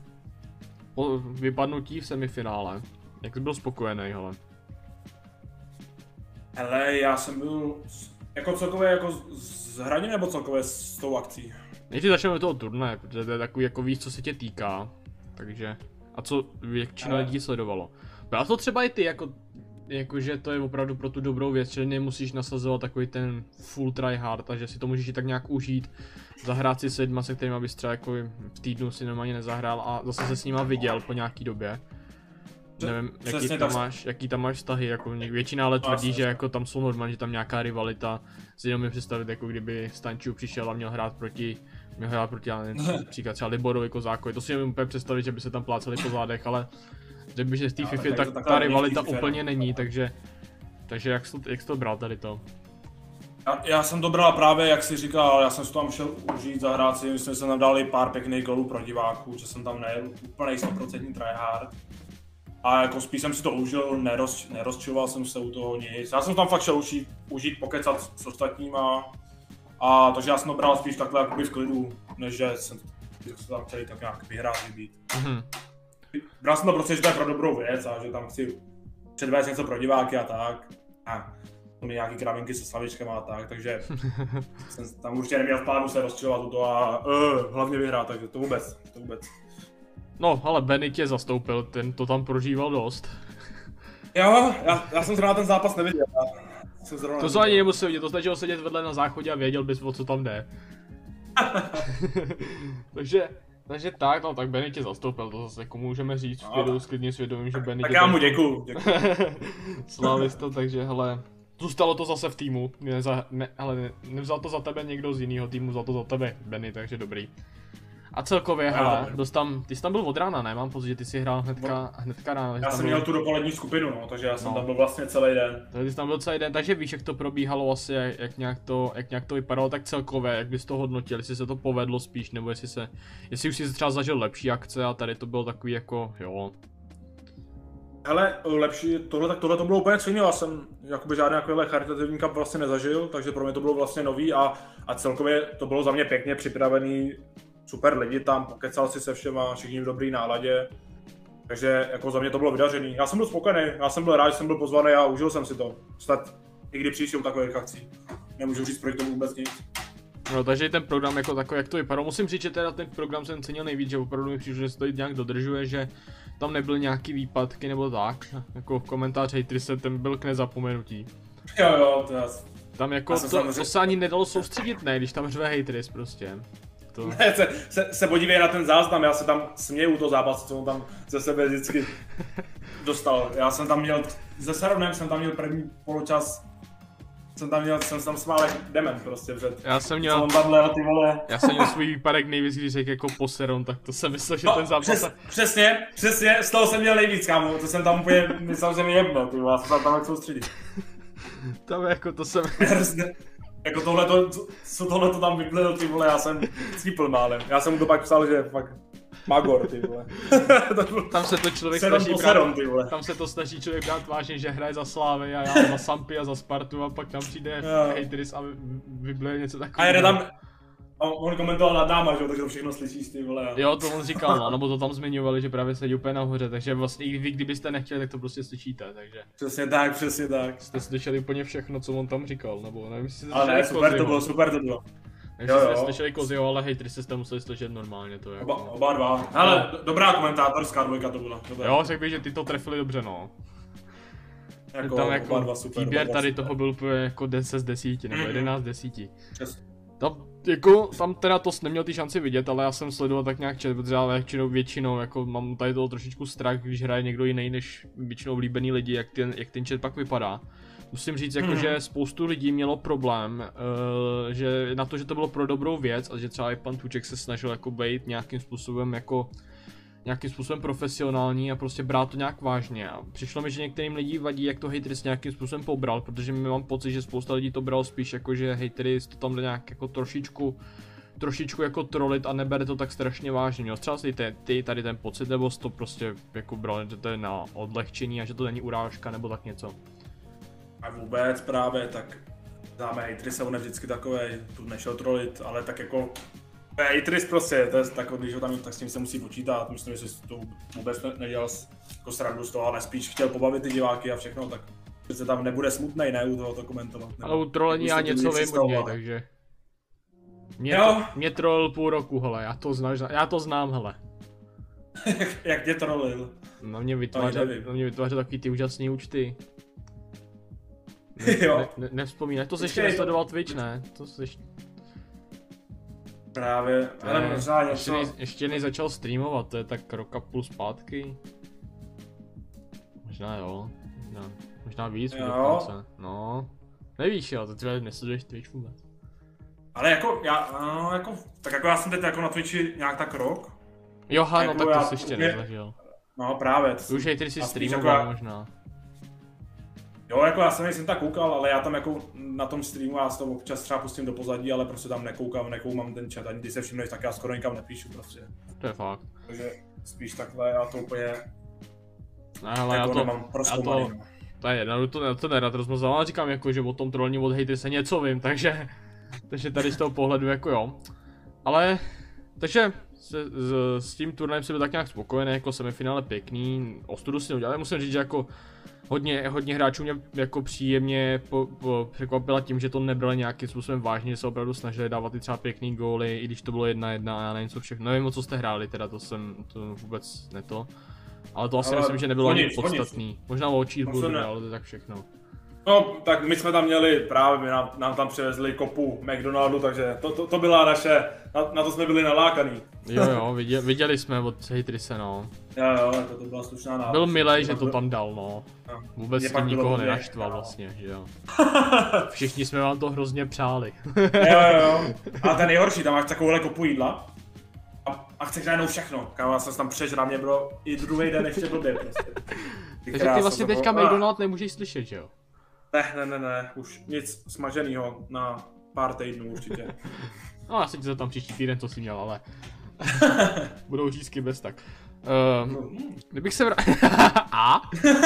Po vypadnutí v semifinále, jak jsi byl spokojený, hele? Hele, já jsem byl... Jako celkově jako z hraní nebo celkově s tou akcí? Než začneme toho turnaje, protože to je takový jako víc, co se tě týká, takže... A co většina lidí sledovalo. Byla to třeba i ty, jako, jako, že to je opravdu pro tu dobrou věc, že nemusíš nasazovat takový ten full try hard a že si to můžeš i tak nějak užít, zahrát si s lidma, se kterými bys třeba jako v týdnu si normálně nezahrál a zase se s nima viděl po nějaký době. Nevím, jaký tam, máš, jaký tam máš vztahy, jako většina ale tvrdí, že jako tam jsou normálně, že tam nějaká rivalita, si jenom mi představit, jako kdyby Stanču přišel a měl hrát proti, měl hrát proti, já nevím, příklad třeba Liborovi Kozákovi, to si nevím úplně představit, že by se tam pláceli po zádech, ale že by, že v té FIFA tak, tak ta rivalita úplně není, takže, takže jak jsi to, jak jsi to bral tady to? Já, já jsem to bral právě, jak jsi říkal, já jsem si tam šel užít, zahrát si, myslím, že jsem tam dal i pár pěkných golů pro diváků, že jsem tam nejel úplnej sto procent tryhard. A jako spíš jsem si to užil, neroz, nerozčiloval jsem se u toho nic. Já jsem tam fakt šel užít, užít pokecat s ostatníma. A takže já jsem to bral spíš takhle jakoby v klidu, než že jsem to tam chtěl tak nějak vyhrát, vybít. Mm-hmm. Bral jsem to prostě, že to je pro dobrou věc a že tam chci předvést něco pro diváky a tak. A to mi nějaký kravinky se slavičkem a tak, takže jsem tam určitě neměl v plánu se rozčilovat u toho a uh, hlavně vyhrát, takže to vůbec, to vůbec. No, ale Benny tě zastoupil, ten to tam prožíval dost. Jo, já, já jsem zrovna ten zápas neviděl. To se ani nemusel vidět, to stačilo sedět vedle na záchodě a věděl bys, o co tam jde. takže, takže tak, no tak Benny tě zastoupil, to zase jako můžeme říct v klidu, s klidným svědomím, že Benny tak tě... Tak já mu děkuju, děkuju. Slavista, takže hele, zůstalo to zase v týmu, Neza, ne, ale ne, nevzal to za tebe někdo z jiného týmu, vzal to za tebe Benny, takže dobrý. A celkově, hele, dostám, ty jsi tam byl od rána, ne? Mám pocit, že ty jsi hrál hnedka, hnedka ráno. Já jsem byl... měl tu dopolední skupinu, no, takže já jsem no. tam byl vlastně celý den. Takže ty jsi tam byl celý den, takže víš, jak to probíhalo asi, jak, jak, nějak to, jak nějak to vypadalo tak celkově, jak bys to hodnotil, jestli se to povedlo spíš, nebo jestli se, jestli už jsi třeba zažil lepší akce a tady to bylo takový jako, jo. Hele, lepší, tohle, tak tohle to bylo úplně stejně, já jsem jakoby žádný takovýhle charitativní cup vlastně nezažil, takže pro mě to bylo vlastně nový a, a celkově to bylo za mě pěkně připravený. Super lidi tam, pokecal si se všema, všichni v dobrý náladě. Takže jako za mě to bylo vydařený. Já jsem byl spokojený, já jsem byl rád, že jsem byl pozvaný a užil jsem si to. Snad nikdy příště u takových akcí. Nemůžu říct proti tomu vůbec nic. No takže ten program jako takový, jak to vypadalo, musím říct, že teda ten program jsem cenil nejvíc, že opravdu mi přišlo, že se to nějak dodržuje, že tam nebyly nějaký výpadky nebo tak. Jako komentář hejtry se ten byl k nezapomenutí. Jo jo, to já... Tam jako to, samozřejmě... to se ani nedalo soustředit, ne, když tam řve hejtris prostě. To... Ne, se, se, se podívej na ten záznam, já se tam směju u toho zápasu, co on tam ze sebe vždycky dostal. Já jsem tam měl, ze Sarovnem jsem tam měl první poločas, jsem tam měl, jsem tam smál jak dement prostě před. Já jsem měl, on tam lel, ty vole. Já jsem měl svůj výpadek nejvíc, když řekl jako poseron, tak to jsem myslel, že no, ten zápas... Přes, přesně, přesně, z toho jsem měl nejvíc, kámo, to jsem tam úplně, myslel, že mi jebne, ty vole, já jsem tam tam jak soustředit. Tam jako to jsem... Jako tohle to, co tohle to tam vyplnil, ty vole, já jsem cípl málem. Já jsem mu to pak psal, že fakt magor, ty vole. Tam se to člověk snaží brát, serom, ty vole. Tam se to snaží člověk brát vážně, že hraje za Slávy a já za Sampy a za Spartu a pak tam přijde hejtris a vyblije něco takového. A jede tam, a on komentoval nad náma, že? Takže to všechno slyšíš, ty vole. Jo, to on říkal, no, nebo to tam zmiňovali, že právě sedí úplně nahoře, takže vlastně i vy, kdybyste nechtěli, tak to prostě slyšíte, takže. Přesně tak, přesně tak. Jste slyšeli úplně všechno, co on tam říkal, nebo nevím, jestli jste ale ne, super kozy, to bylo, super to bylo. Takže jste slyšeli Kozyho, ale hejtry jste museli slyšet normálně to jako. Oba, oba dva. Hele, do, dobrá komentátorská dvojka to byla. Dobrá. Jo, řekl bych, že ty to trefili dobře, no. Jako, tam jako dva super, výběr tady super. toho byl úplně jako deset z desíti, nebo jedenáct z desíti. Přesně. Tam, jako, tam teda to neměl ty šanci vidět, ale já jsem sledoval tak nějak čet, protože já většinou, většinou jako mám tady toho trošičku strach, když hraje někdo jiný než většinou oblíbený lidi, jak ten, jak ten chat pak vypadá. Musím říct, jako, mm. že spoustu lidí mělo problém, uh, že na to, že to bylo pro dobrou věc a že třeba i pan Tuček se snažil jako být nějakým způsobem jako nějakým způsobem profesionální a prostě brát to nějak vážně. A přišlo mi, že některým lidí vadí, jak to hejtris nějakým způsobem pobral, protože mi mám pocit, že spousta lidí to bralo spíš jako, že hejtris to tam jde nějak jako trošičku trošičku jako trolit a nebere to tak strašně vážně. Měl třeba si ty, ty tady ten pocit, nebo to prostě jako bral, že to je na odlehčení a že to není urážka nebo tak něco. A vůbec právě, tak dáme hejtris, on je vždycky takovej, tu nešel trolit, ale tak jako hejtris prostě, to je tak, když ho tam tak s tím se musí počítat, myslím, že si to vůbec ne, nedělal jako srandu z toho, ale spíš chtěl pobavit ty diváky a všechno, tak se tam nebude smutnej, ne, u toho to komentovat. Ale u trolení já něco vím od něj, takže... Mě, to, mě troll půl roku, hele, já to, znám, já to znám, hele. Jak tě trolil? Na mě vytvářel, na mě vytvářel takový ty úžasný účty. Ne, jo. Ne, ne, nevzpomínáš, to jsi ještě nesledoval Twitch, ne? To jsi ještě... Právě, ale možná něco... Ještě, nej, ještě než začal streamovat, to je tak rok a půl zpátky. Možná jo, možná, možná víc dokonce, no. Nevíš jo, to třeba nesleduješ Twitch vůbec. Ale jako, já, no, jako, tak jako já jsem teď jako na Twitchi nějak tak rok. Joha, no tak já, to jsi ještě nezažil. No právě. Už hejtry si streamoval jako možná. Jo, jako já jsem nejsem tak koukal, ale já tam jako na tom streamu, já si to občas třeba pustím do pozadí, ale prostě tam nekoukám, nekoumám ten chat, ani ty se všimneš, tak já skoro nikam nepíšu prostě. To je fakt. Takže spíš takhle, já to úplně Ne, ale jako já to, nemám prozkoumaný, já to, no. to je jedno, to, to nerad rozmazal, ale říkám jako, že o tom trolní od hejty se něco vím, takže, takže tady z toho pohledu jako jo. Ale, takže se, s, s tím turnajem jsem byl tak nějak spokojený, jako semifinále pěkný, ostudu si neudělal, musím říct, že jako hodně, hodně hráčů mě jako příjemně po, po, překvapila tím, že to nebrali nějakým způsobem vážně, že se opravdu snažili dávat i třeba pěkný góly, i když to bylo jedna jedna a já nevím co všechno, nevím o co jste hráli teda, to jsem to vůbec neto. Ale to asi ale myslím, že nebylo ani podstatný. Možná o cheeseburger, ale to je tak všechno. No, tak my jsme tam měli právě, nám, nám tam přivezli kopu McDonaldu, takže to, to, to byla naše, na, na to jsme byli nalákaný. Jo jo, viděli, viděli jsme od Hejtrise, no. Jo jo, to, to byla slušná návod. Byl milej, že to tam dal, no. Vůbec s tím nikoho nenaštval vlastně, že jo. Všichni jsme vám to hrozně přáli. Jo jo, a ten nejhorší, tam máš takovouhle kopu jídla. A, a chceš najednou všechno, kámo, já jsem tam přežral, mě bylo i druhý den ještě blbě prostě. Ty Takže ty vlastně teďka McDonald nemůžeš slyšet, že jo? Ne, ne, ne, ne, už nic smaženýho na pár týdnů určitě. No já se ti za tam příští týden, co jsi měl, ale budou řízky bez tak. Uh, kdybych se vrátil... A?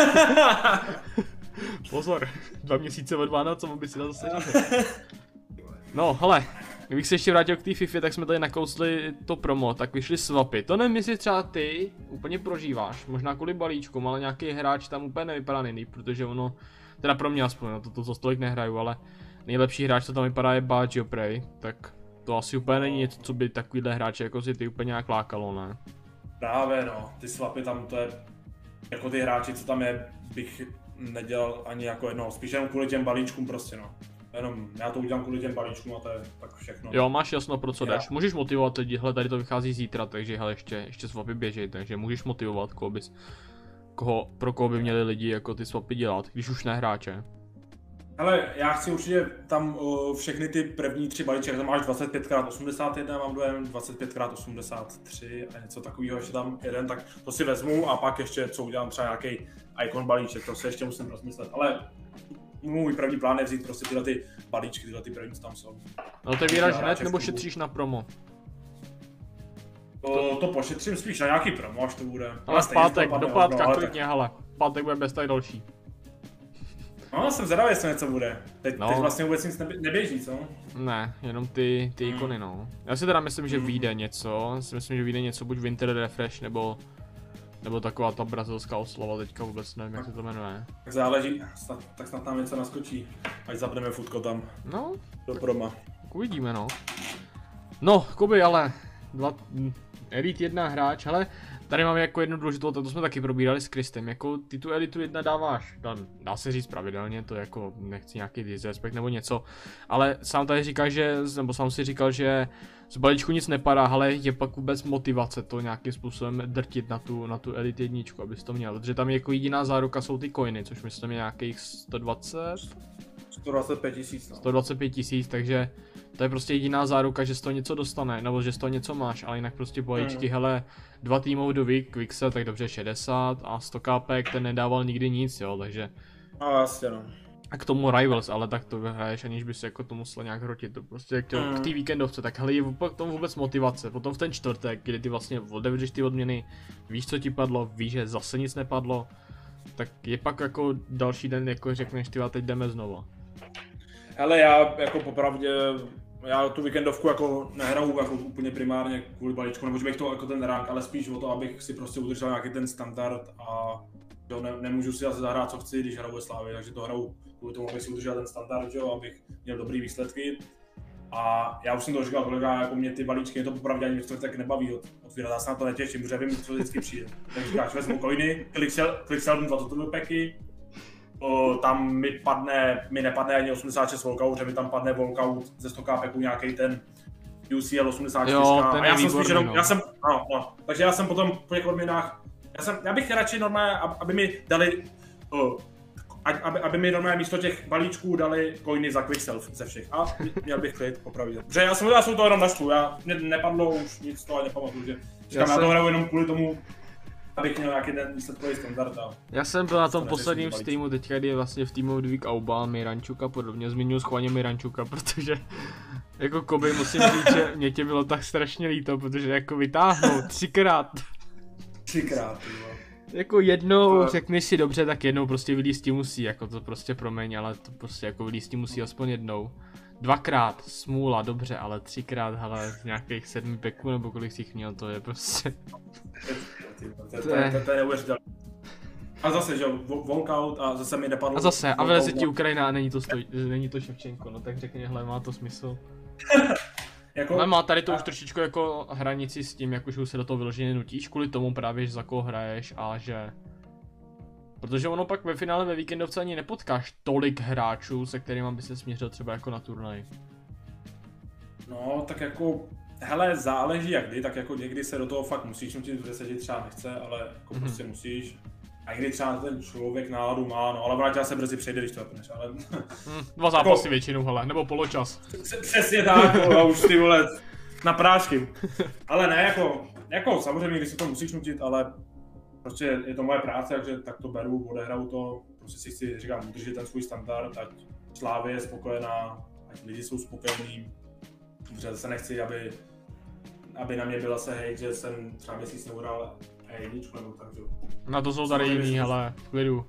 Pozor, dva měsíce od Vánoc, co by si to zase říct. No, hele, kdybych se ještě vrátil k té FIFA, tak jsme tady nakousli to promo, tak vyšly swapy. To nevím, jestli třeba ty úplně prožíváš, možná kvůli balíčkům, ale nějaký hráč tam úplně nevypadá nejlíp, protože ono, teda pro mě aspoň, no to, to, to stolik nehraju, ale nejlepší hráč, co tam vypadá, je Baggio Prey, tak to asi úplně není něco, co by takovýhle hráče jako si ty úplně nějak lákalo, ne? Právě no, ty swapy tam to je, jako ty hráči, co tam je, bych nedělal ani jako jedno, spíš jenom kvůli těm balíčkům prostě no. Jenom já to udělám kvůli těm balíčkům a to je tak všechno. Jo, máš jasno pro co jdeš. Můžeš motivovat lidi, hele, tady to vychází zítra, takže hele, ještě, ještě swapy běžej, takže můžeš motivovat, koho bys, koho, pro koho by měli lidi jako ty swapy dělat, když už ne hráče. Hele, já chci určitě tam uh, všechny ty první tři balíčky, tam máš dvacet pět krát osmdesát jedna, mám dojem dvacet pět krát osmdesát tři a něco takového, ještě tam jeden, tak to si vezmu a pak ještě co udělám třeba nějaký icon balíček, to si ještě musím rozmyslet, ale můj první plán je vzít prostě tyhle ty balíčky, tyhle ty první, co tam jsou. No to vyráš hned nebo šetříš na promo? To, to pošetřím spíš na nějaký promo, až to bude. Ale v pátek, do pátka klidně, hele, pátek bude bez tak další. No, jsem zvědavý, jestli něco bude. Teď, no. teď vlastně vůbec nic neběží, co? Ne, jenom ty, ty ikony, hmm. no. Já si teda myslím, že vyjde něco, já si myslím, že vyjde něco buď Winter Refresh, nebo nebo taková ta brazilská oslava, teďka vůbec nevím, jak se to jmenuje. Tak záleží, snad, tak snad nám něco naskočí, ať zapneme futko tam. No, do proma. Tak uvidíme, no. No, Kuby, ale dva, Elite jedna hráč, ale tady máme jako jednu důležitou, to jsme taky probírali s Kristem, jako ty tu Elitu jedna dáváš, dá, dá se říct pravidelně, to jako nechci nějaký disrespekt nebo něco, ale sám tady říká, že, nebo sám si říkal, že z balíčku nic nepadá, ale je pak vůbec motivace to nějakým způsobem drtit na tu, na tu Elite jedničku, abys to měl, protože tam jako jediná záruka jsou ty coiny, což myslím je nějakých sto dvacet? sto dvacet pět tisíc, no. sto dvacet pět tisíc, takže to je prostě jediná záruka, že z toho něco dostane, nebo že z toho něco máš, ale jinak prostě balíčky, hmm. hele, dva týmové doby, Quickset, tak dobře šedesát a sto kápek, ten nedával nikdy nic, jo, takže... No jasně, no. A k tomu Rivals, ale tak to vyhraješ, aniž bys jako to musel nějak hrotit, to prostě k, hmm. k té víkendovce, tak hele, je k tomu vůbec motivace, potom v ten čtvrtek, kdy ty vlastně otevřeš ty odměny, víš co ti padlo, víš, že zase nic nepadlo, tak je pak jako další den, jako řekneš, ty a teď jdeme znova. Hele, já jako popravdě, já tu víkendovku jako nehraju jako úplně primárně kvůli balíčku, nebo že bych to jako ten rank, ale spíš o to, abych si prostě udržel nějaký ten standard a jo, ne, nemůžu si asi zahrát co chci, když hraju ve Slávě, takže to hraju kvůli tomu, abych si udržel ten standard, jo, abych měl dobrý výsledky. A já už jsem to říkal kolega, jako mě ty balíčky, mě to popravdě ani něco tak nebaví od, otvírat, já se na to netěším, protože vím, co vždycky přijde. Tak říkáš, vezmu coiny, Quicksel, dva total packy, O, tam mi padne, mi nepadne ani osmdesát šest walkout, že mi tam padne walkout ze sto kápeků nějaký ten U C L osmdesát čtyři. Jo, ten a já je jsem výborný, spíš jenom, no. já jsem, no, no, takže já jsem potom po těch odměnách, já, jsem, já bych radši normálně, aby mi dali, o, aby, aby mi normálně místo těch balíčků dali coiny za Quicksel ze všech a měl bych klid, popravdě. Protože já jsem, já jsem to jenom naštvu, já, mě nepadlo už nic, to ale nepamatuju, že říkám, já, jsem... já to hraju jenom kvůli tomu, abych měl nějaký ten výsledkový standard. A... Já jsem byl na tom posledním streamu teďka, kdy je vlastně v týmu Dvík Auba, Mirančuka a podobně, zmínil schválně Mirančuka, protože jako Koby musím říct, že mě tě bylo tak strašně líto, protože jako vytáhnou třikrát. Třikrát, jo. Jako jednou řekneš si dobře, tak jednou prostě vylístí musí, jako to prostě promiň, ale to prostě jako vylístí musí aspoň jednou. Dvakrát, smůla, dobře, ale třikrát, hele, z nějakých sedmi peků nebo kolik jsi jich měl, to je prostě... To je, to je neuvěřitelné. A zase, že walkout a zase mi nepadlo... A zase, a vyleze ti Ukrajina a není to, stoj, není to Ševčenko, no tak řekni, hele, má to smysl. Jako... Ale má tady to už trošičku jako hranici s tím, jako že už se do toho vyloženě nutíš, kvůli tomu právě, že za koho hraješ a že... Protože ono pak ve finále ve víkendovce ani nepotkáš tolik hráčů, se kterými by se směřil třeba jako na turnaj. No, tak jako, hele, záleží jak kdy, tak jako někdy se do toho fakt musíš nutit, protože se ti třeba nechce, ale jako mm-hmm. prostě musíš. A někdy třeba ten člověk náladu má, no ale vrátila se brzy přejde, když to apneš, ale... Mm, dva zápasy jako... většinou, hele, nebo poločas. Přesně tak, a už ty vole, na prášky. Ale ne, jako, jako samozřejmě, když se to musíš nutit, ale prostě je to moje práce, takže tak to beru, odehraju to, prostě si chci, říkám, udržet ten svůj standard, ať Slávě je spokojená, ať lidi jsou spokojení, protože zase nechci, aby, aby na mě byla se hejt, že jsem třeba měsíc neuhrál jedničku nebo tak, že? Na to jsou tady jiný, hele, v klidu.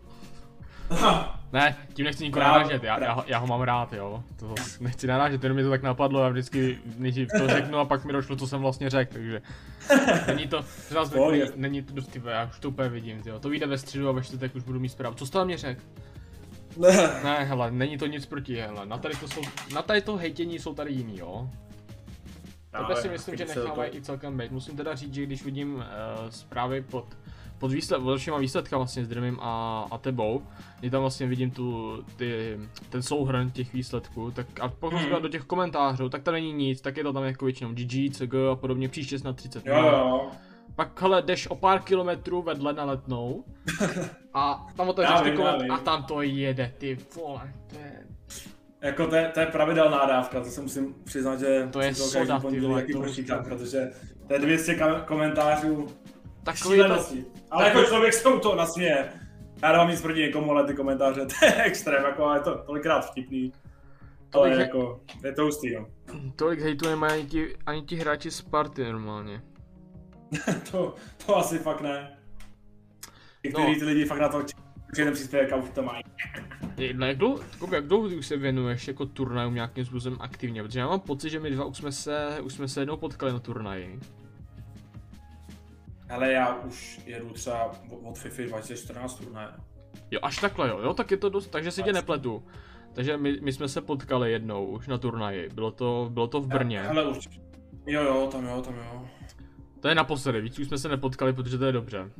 Ne, tím nechci nikoho narážet, já, já, já ho mám rád, jo, to nechci narážet, jenom mě to tak napadlo, já vždycky nejdřív to řeknu a pak mi došlo, co jsem vlastně řekl, takže není to, zás, není, není to dost, já už to úplně vidím, jo. To vyjde ve středu a ve čtvrtek už budu mít zprávu, co jsi to mě řekl? Ne. Ne, hele, není to nic proti, hele, na tady to jsou, na tady to hejtění jsou tady jiný, jo. To si myslím, že nechávají i celkem být, musím teda říct, že když vidím uh, zprávy pod pod výsled, dalšíma výsledkama vlastně s Drmym a, a tebou, kdy tam vlastně vidím tu, ty, ten souhrn těch výsledků, tak a pokud hmm. do těch komentářů, tak tam není nic, tak je to tam jako většinou G G, C G a podobně, příště snad třicet. Jo, jo. Pak hele, jdeš o pár kilometrů vedle na Letnou a tam otevřeš ty komentáře a tam to jede, ty vole, to je... Jako to je, to je pravidelná dávka, to se musím přiznat, že to je soda, ty vole, to počítám, protože to je dvě stě komentářů. Takový to... Ale jako člověk se to nasměje. Já dávám nic proti někomu, ale ty komentáře, to je extrém, jako je to tolikrát vtipný. Ale je jako, je to hustý, no. Tolik hejtu nemají ani ti, ani ti hráči z party normálně. to, to asi fakt ne. Někteří no. Ty lidi fakt na to že ten příspěvek a už to mají. Jak dlouho, jak dlouho už se věnuješ jako turnajům nějakým způsobem aktivně? Protože já mám pocit, že my dva už jsme se, už jsme se jednou potkali na turnaji. Ale já už jedu třeba od FIFA dva tisíce čtrnáct turnaje. Jo, až takhle jo, jo, tak je to dost, takže si tě nepletu. Takže my, my jsme se potkali jednou už na turnaji, bylo to, bylo to v Brně. Ale už, jo jo, tam jo, tam jo. To je naposledy, víc už jsme se nepotkali, protože to je dobře.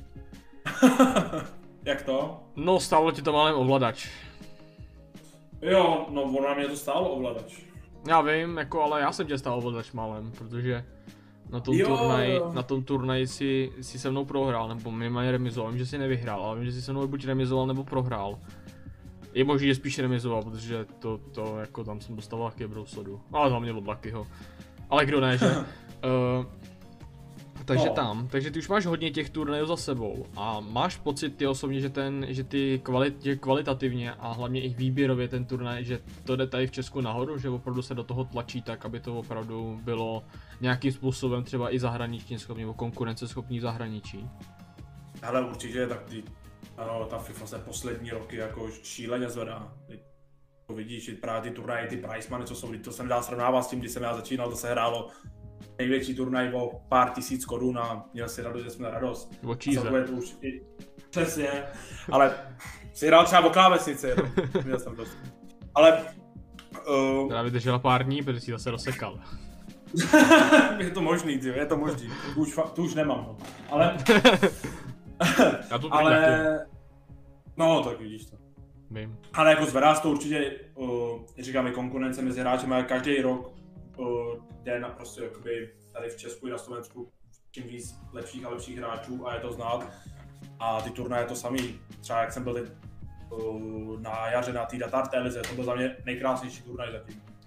Jak to? No, stálo ti to malém ovladač. Jo, no ono na mě to stálo ovladač. Já vím, jako, ale já jsem tě stál ovladač malém, protože na tom turnaji, na tom turnaji si, si se mnou prohrál, nebo minimálně remizoval, vím, že si nevyhrál, ale vím, že si se mnou buď remizoval, nebo prohrál. Je možný, že spíš remizoval, protože to, to jako tam jsem dostal taky brousodu, ale hlavně od Luckyho. Ale kdo ne, že? uh, takže no. Tam, takže ty už máš hodně těch turnajů za sebou a máš pocit ty osobně, že ten, že ty kvalit, že kvalitativně a hlavně i výběrově ten turnaj, že to jde tady v Česku nahoru, že opravdu se do toho tlačí tak, aby to opravdu bylo nějakým způsobem třeba i zahraničně schopný nebo konkurenceschopný v zahraničí? Ale určitě, tak ty, ano, ta FIFA se poslední roky jako šíleně zvedá. To vidíš, právě ty turnaje, ty prize money, co jsou, to jsem dál srovnávat s tím, když jsem já začínal, to se hrálo největší turnaj o pár tisíc korun a měl si radost, že jsme radost. O číze. To už i... Přesně, ale si hrál třeba o klávesnici, měl jsem dost. Ale... Uh... Teda vydržela pár dní, protože si zase rozsekal. Je to možný, tyjo, je to možný, tu už, tu už nemám, no. Ale... Já to ale... No, tak vidíš to. Vím. Ale jako zvedá to určitě, uh, říkáme, konkurence mezi hráči, ale každý rok uh, jde na prostě jakoby tady v Česku i na Slovensku čím víc lepších a lepších hráčů a je to znát. A ty turnaje to samý, třeba jak jsem byl teď uh, na jaře na té Datarte lize, to byl za mě nejkrásnější turnaj zatím.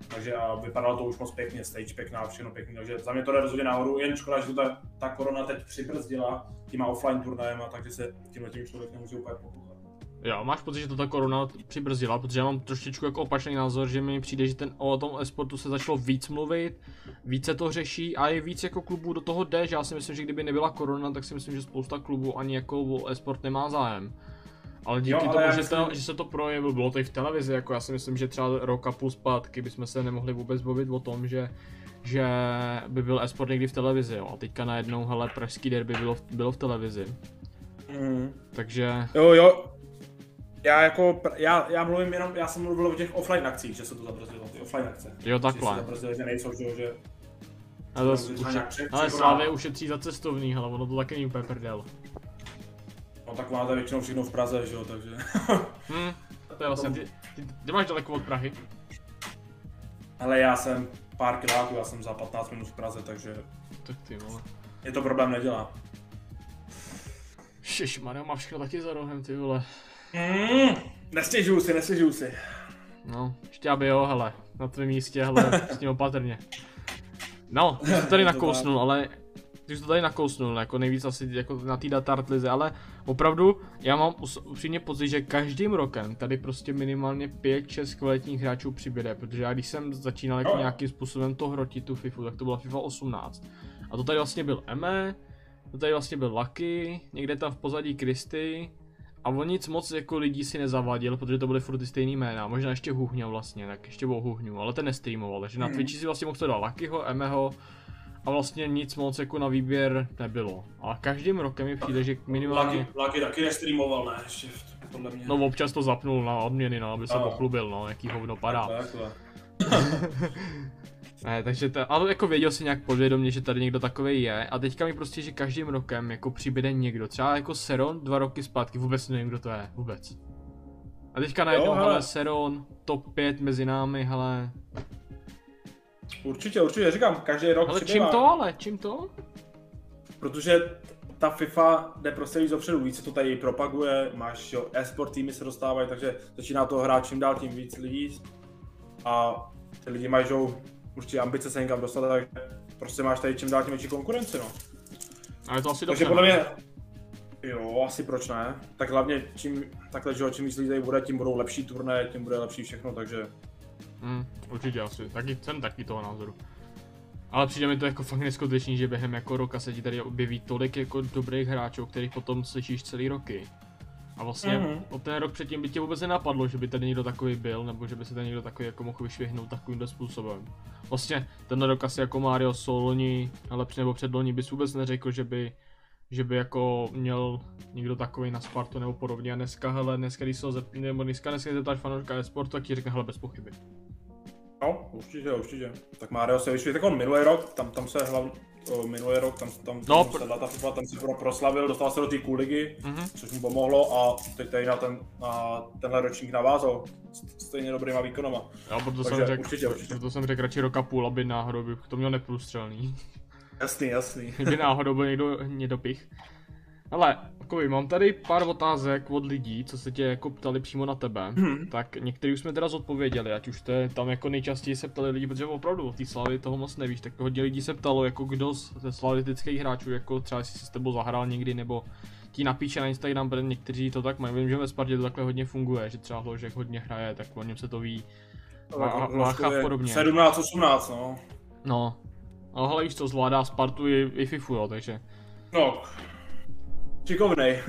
Takže a vypadalo to už moc pěkně, stage pěkná, všechno pěkný, takže za mě to jde rozhodně nahoru, jen škoda, že to ta, ta korona teď přibrzdila těma offline turnajem, a takže se tímhle tím člověk nemůže úplně pokuchat. Jo, máš pocit, že to ta korona přibrzdila, protože já mám trošičku jako opačný názor, že mi přijde, že ten, o tom e-sportu se začalo víc mluvit, více to řeší a je víc jako klubů do toho jde, že já si myslím, že kdyby nebyla korona, tak si myslím, že spousta klubů ani jako o e-sport nemá zájem. Ale díky jo, ale tomu, že, myslím... to, že se to projevilo, bylo to i v televizi, jako já si myslím, že třeba rok a půl zpátky bychom se nemohli vůbec bavit o tom, že, že by byl e-sport někdy v televizi, jo. A teďka najednou, hele, pražský derby bylo v, bylo v televizi. Mm. Takže... Jo, jo. Já jako, já, já mluvím jenom, já jsem mluvil o těch offline akcích, že se to zabrzdilo, ty offline akce. Jo, takhle. Že se zabrzdilo, že nejsou, že, že... Ale, ale Slávě ušetří za cestovní, ale ono to taky není úplně prdel. No tak máte většinou všechno v Praze, že jo, takže... Hmm, to je vlastně, ty, ty, ty máš daleko od Prahy? Hele, já jsem pár kiláků, já jsem za patnáct minut v Praze, takže... Tak ty vole. Je to problém nedělá. Ježišmarja, má všechno taky za rohem, ty vole. Mm, nestěžuju si, nestěžuju si. No, šťáby jo, hele, na tvém místě, hele, s tím opatrně. No, ty jsi to tady nakousnul, ale... Ty jsi to tady nakousnul, jako nejvíc asi jako na té datartlize, ale opravdu já mám upřímně pocit, že každým rokem tady prostě minimálně pět šest kvalitních hráčů přibude, protože já když jsem začínal jako nějakým způsobem to hrotit tu FIFU, tak to byla FIFA osmnáct. A to tady vlastně byl Eme, to tady vlastně byl Lucky, někde tam v pozadí Kristy. A on nic moc jako lidí si nezavadil, protože to byly furt ty stejný jména, možná ještě Huhňa vlastně, tak ještě o Huhňu, ale ten nestreamoval, takže na Twitchi si vlastně mohl sledovat Luckyho, Emeho a vlastně nic moc jako na výběr nebylo. A každým rokem mi přijde, že minimálně... Lucky, Lucky taky nestreamoval, ne, ještě podle mě. No občas to zapnul na odměny, no, aby se pochlubil, no, jaký hovno padá. Takhle, Ne, takže to, ale jako věděl si nějak podvědomě, že tady někdo takovej je a teďka mi prostě, že každým rokem jako přibude někdo, třeba jako Seron dva roky zpátky, vůbec nevím, kdo to je, vůbec. A teďka najednou, hele, Seron, top pět mezi námi, hele. Určitě, určitě, říkám, každý rok ale čím to ale, čím to? Protože ta FIFA jde prostě víc dopředu, víc se to tady propaguje, máš jo, e-sport týmy se dostávají, takže začíná to hrát čím dál tím víc lidí. A ty lidi mají, že určitě ambice se někam dostat, tak prostě máš tady čím dál tím větší konkurenci, no. Ale to asi takže podle mě, jo, asi proč ne, tak hlavně čím, takhle, že čím víc lidí tady bude, tím budou lepší turné, tím bude lepší všechno, takže... Hmm, určitě asi, taky, jsem taky toho názoru. Ale přijde mi to jako fakt neskutečný, že během jako roka se ti tady objeví tolik jako dobrých hráčů, kterých potom slyšíš celý roky. A vlastně mm-hmm. od ten rok předtím by tě vůbec nenapadlo, že by tady někdo takový byl, nebo že by se tady někdo takový jako mohl vyšvihnout takovýmhle způsobem. Vlastně tenhle rok asi jako Mario Soloni, ale nebo předloni bys vůbec neřekl, že by, že by jako měl někdo takový na Spartu nebo podobně. A dneska, hele, dneska když se ho zeptá, nebo dneska, dneska zeptáš fanouška e-sportu, tak ti řekne, hele, bez pochyby. No, určitě, určitě. Tak Mario se vyšvih, tak on minulý rok, tam, tam se hlavně, minulý rok, tam, tam, no, tam, pr- ta FIFA, tam se proslavil, dostal se do té Q-ligy, mm-hmm. což mu pomohlo a teď tady na, ten, na tenhle ročník navázal stejně dobrýma výkonama. Já proto jsem řekl, určitě, určitě. Proto jsem řekl radši roka půl, aby náhodou bych to měl neprůstřelný. Jasný, jasný. Kdyby náhodou byl někdo nedopich. Ale, Kovi, mám tady pár otázek od lidí, co se tě jako ptali přímo na tebe, hmm. tak některý už jsme teda zodpověděli, ať už to je tam jako nejčastěji se ptali lidi, protože opravdu o té Slavii toho moc nevíš, tak hodně lidí se ptalo, jako kdo ze slavitických hráčů, jako třeba jestli si s tebou zahrál někdy, nebo ti napíše na Instagram, protože někteří to tak mají, vím, že ve Spartě to takhle hodně funguje, že třeba Hložek hodně hraje, tak o něm se to ví, Vácha a podobně. sedmnáct osmnáct, no. No, ale hele, víš co, zvládá Spartu i, i FIFU, jo, takže. No. Šikovnej.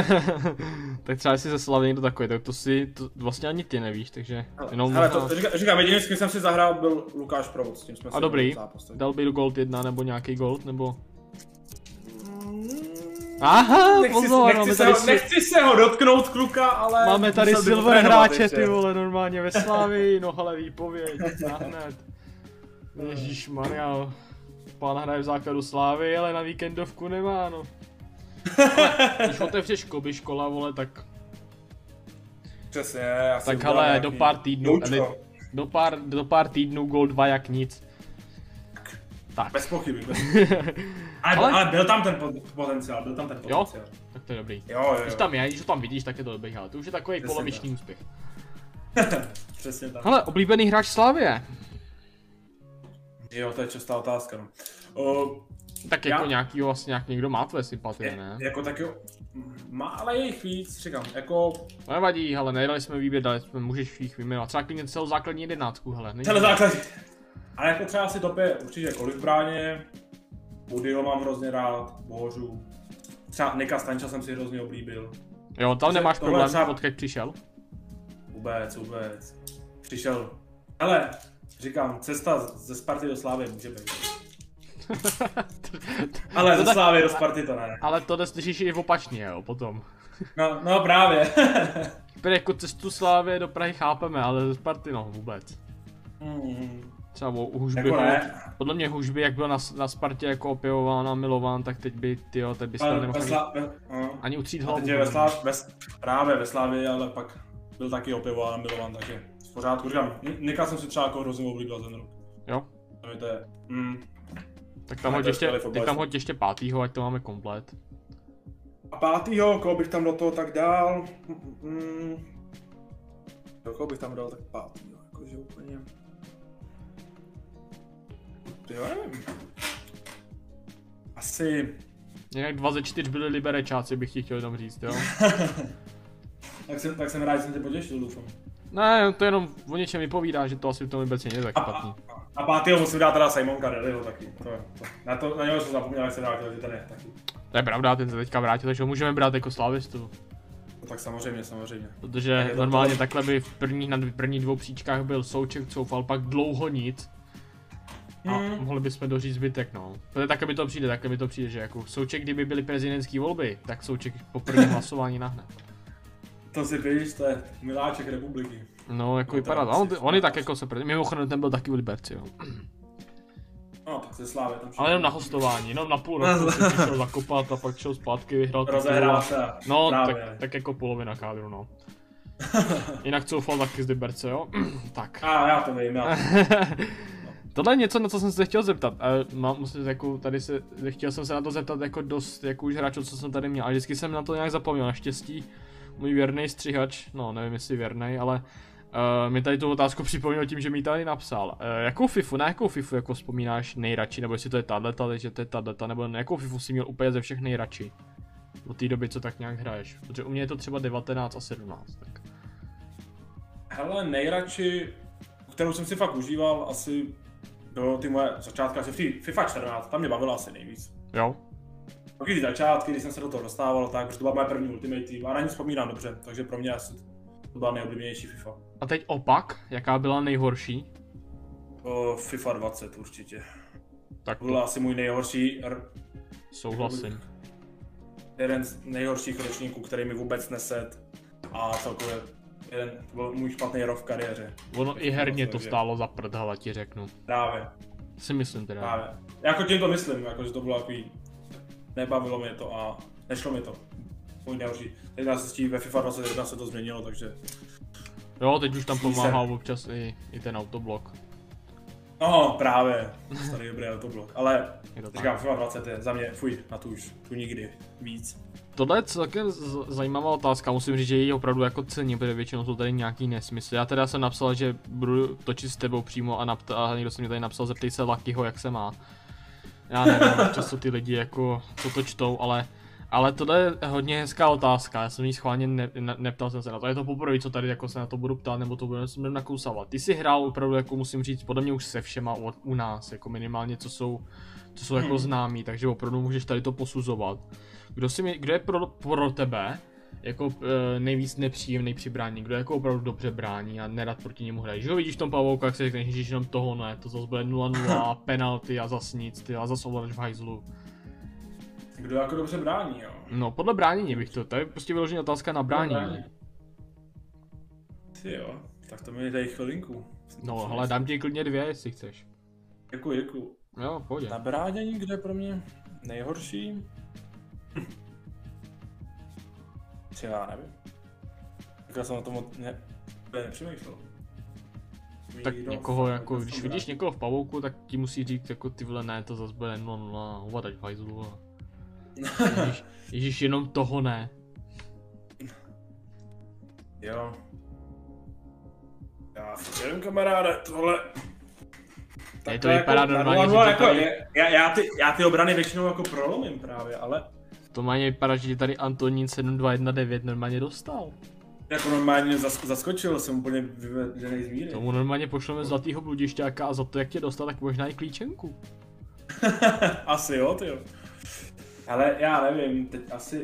Tak třeba jestli ze Slavy někdo takový, tak to si to vlastně ani ty nevíš, takže jenom hele, možná... to, říká, říkám, jediný, s kým jsem si zahrál, byl Lukáš Provod, s tím jsme si a dobrý, zápas, dal by Gold jedna nebo nějaký Gold, nebo... Aha, nechci, pozor, nechci, máme se tady ho, nechci se ho dotknout, kluka, ale... Máme tady silver hráče, ty vole, normálně ve Slavii, no hele, výpověď, hned. Ježíšmarja, pán hraje v základu Slávy, ale na víkendovku nemá, no. Ale když otevřeš Koby škola, vole, tak... Přesně, já tak hele, do pár týdnů, do pár, do pár týdnů Gold dva jak nic. Tak. Bez pochyby, bez pochyby. ale, ale... ale byl tam ten potenciál, byl tam ten potenciál. Jo? Tak to je dobrý. Jo, jo, jo. Když tam je, když to tam vidíš, tak je to dobrý, ale to už je takový poloviční úspěch. Přesně tak. Hele, oblíbený hráč Slavie. Jo, to je častá otázka. No. O, Tak jako já... nějaký vlastně nějak někdo má tvé sympatie, ne? Jako tak jo, má, ale je jich víc, říkám, jako... No nevadí, hele, nedali jsme výběr, dali jsme, můžeš jich vyjmenovat. Třeba klidně celou základní jedenáctku, hele. Celé základní. Ale jako třeba si topě určitě kolik bráně, Udyho mám hrozně rád, Božu. Třeba Nika Stanča jsem si hrozně oblíbil. Jo, tam Protože nemáš tohle problém, třeba... odkud přišel? Vůbec, vůbec. Přišel. Ale, říkám, cesta ze Sparty do Slávy může být. Ale ze Slávy do Sparty to ne. Ale to neslyšíš i opačně, jo, potom. No, no právě. Protože jako cestu Slávy do Prahy chápeme, ale ze Sparty no, vůbec. Mm. Třeba u Hužby, jako ne. Podle mě Hužby, jak byl na, na Spartě jako opěvován a milován, tak teď by, tyjo, teď by se tam nemohl Slá... no. ani utřít hlavu. A teď je ve Slávě, ve, právě ve Slávě, ale pak byl taky opěvován a milován, takže v pořádku. Říkám, Nika jsem si třeba jako hrozně oblíbil ten rok. Jo? To je, mm. Tak tam hoď ještě, teď tam hoď ještě pátýho, ať to máme komplet. A pátýho, koho bych tam do toho tak dal? Mm. Do koho bych tam dal tak pátýho, jakože úplně... Jo, nevím. Asi... Nějak dva ze čtyř byli liberečáci, bych ti chtěl jenom říct, jo? tak, jsem, tak jsem rád, že jsem tě potěšil, doufám. Ne, to jenom o něčem vypovídá, že to asi v tom obecně není tak špatný. A pátýho musím dát teda Simon Carelliho taky. To, to, na, to, na něho jsem zapomněl, jak se vrátil, že ten je taky. To je pravda, ten se teďka vrátil, takže ho můžeme brát jako slavistu. No, tak samozřejmě, samozřejmě. Protože normálně to... takhle by v prvních, na prvních dvou příčkách byl Souček, Coufal, pak dlouho nic. A hmm. mohli bychom doříct zbytek, no. Protože také mi to přijde, také mi to přijde, že jako Souček, kdyby byly prezidentské volby, tak Souček po prvním hlasování nahne. To si víš, to je miláček republiky. No, jako no, vypadá, on, on i tak jako se prezident, mimochodem ten byl taky v Liberci, jo. No, tak se Slávě tam ale jenom na hostování, jenom na půl roku se přišel zakopat a pak šel zpátky, vyhrál rozehrál se. No, tak, tak jako polovina kádru, no. Jinak Coufal taky z Liberce, jo? Tak. A já to vím, já. Tohle je něco, na co jsem se chtěl zeptat. Mám, musím, jako, tady se, chtěl jsem se na to zeptat jako dost, jako už hráčů, co jsem tady měl, ale vždycky jsem na to nějak zapomněl. Naštěstí můj věrný střihač, no nevím jestli věrný, ale uh, mi tady tu otázku připomněl tím, že mi tady napsal. Uh, jakou FIFU, na jakou FIFU jako vzpomínáš nejradši, nebo jestli to je tato, takže to je tato, nebo na jakou FIFU si měl úplně ze všech nejradši? Od té doby, co tak nějak hraješ, protože u mě je to třeba devatenáct a sedmnáct, tak. Hele, nejradši, kterou jsem si fakt užíval, asi do ty moje začátky, asi FIFA čtrnáct, tam mě bavila asi nejvíc. Jo. Taky ty začátky, když jsem se do toho dostával, tak, protože to byla moje první Ultimate Team a na ní vzpomínám dobře, takže pro mě asi to byla nejoblíbenější FIFA. A teď opak, jaká byla nejhorší? O, FIFA dvacet určitě. Tak to byla asi můj nejhorší... Souhlasím. Jeden z nejhorších ročníků, který mi vůbec neset a celkově jeden, to byl můj špatný rok v kariéře. Ono i herně to stálo za prd, hele, ti řeknu. Právě. Si myslím teda. Právě. Jako tím to myslím, jako, že to bylo takový... Nebavilo mě to a nešlo mi to. Můj nejhorší. Teď naštěstí ve FIFA dvacet jedna se to změnilo, takže... Jo, teď už tam pomáhá občas i, i ten autoblok. No, právě. Starý dobrý autoblok. Ale říkám, FIFA dvacet je za mě, fuj, na tu už, tu nikdy víc. Tohle je celkem zajímavá otázka, musím říct, že ji opravdu jako cením, protože většinou jsou tady nějaký nesmysly. Já teda jsem napsal, že budu točit s tebou přímo a, napt- a někdo se mě tady napsal, zeptej se Luckyho, jak se má. Já nevím, často ty lidi jako, co to čtou, ale, ale tohle je hodně hezká otázka, já jsem jí schválně ne, ne, neptal jsem se na to, je to poprvé, co tady jako se na to budu ptát, nebo to budu nakousávat. Ty jsi hrál opravdu, jako musím říct, podle mě už se všema u, u nás, jako minimálně, co jsou, co jsou jako známí, takže opravdu můžeš tady to posuzovat. Kdo, si mě, kdo je pro, pro tebe jako e, nejvíc nepříjemný při brání, kdo jako opravdu dobře brání a nerad proti němu hraje. Že ho vidíš v tom pavouku, jak si řekneš, že jenom toho ne, to zase bude nula nula, penalty a zas nic, ty a zas ovladač v hajzlu. Kdo jako dobře brání, jo? No podle bránění bych to, to je prostě vyloženě otázka na bránění. Ty jo, tak to mi dej chvilinku. No hele, dám ti klidně dvě, jestli chceš. Děkuji, děkuji. Jo, pohodě. Na bránění, kdo je pro mě nejhorší? Já nevím. Tak já jsem na tom ne, nepřemýšlel. Tak někoho jako, když vidíš někoho v pavouku, tak ti musí říct jako ty vole ne, to zase bude nula nula, ovladač v hajzlu a... Ježíš, ježíš, jenom toho ne. Jo. Já nevím, kamaráde, tohle... Je to vypadá jako, normálně, no, no, že jako, tady... je, já, já, ty, já ty obrany většinou jako prolomím právě, ale... To má vypadá, že tady Antonín sedm dva jedna devět normálně dostal. Jako normálně zas, zaskočil, jsem úplně vyvedený z míry. Tomu normálně pošleme zlatýho bludišťáka a za to, jak tě dostal, tak možná i klíčenku. Asi jo, ty jo. Ale já nevím, teď asi...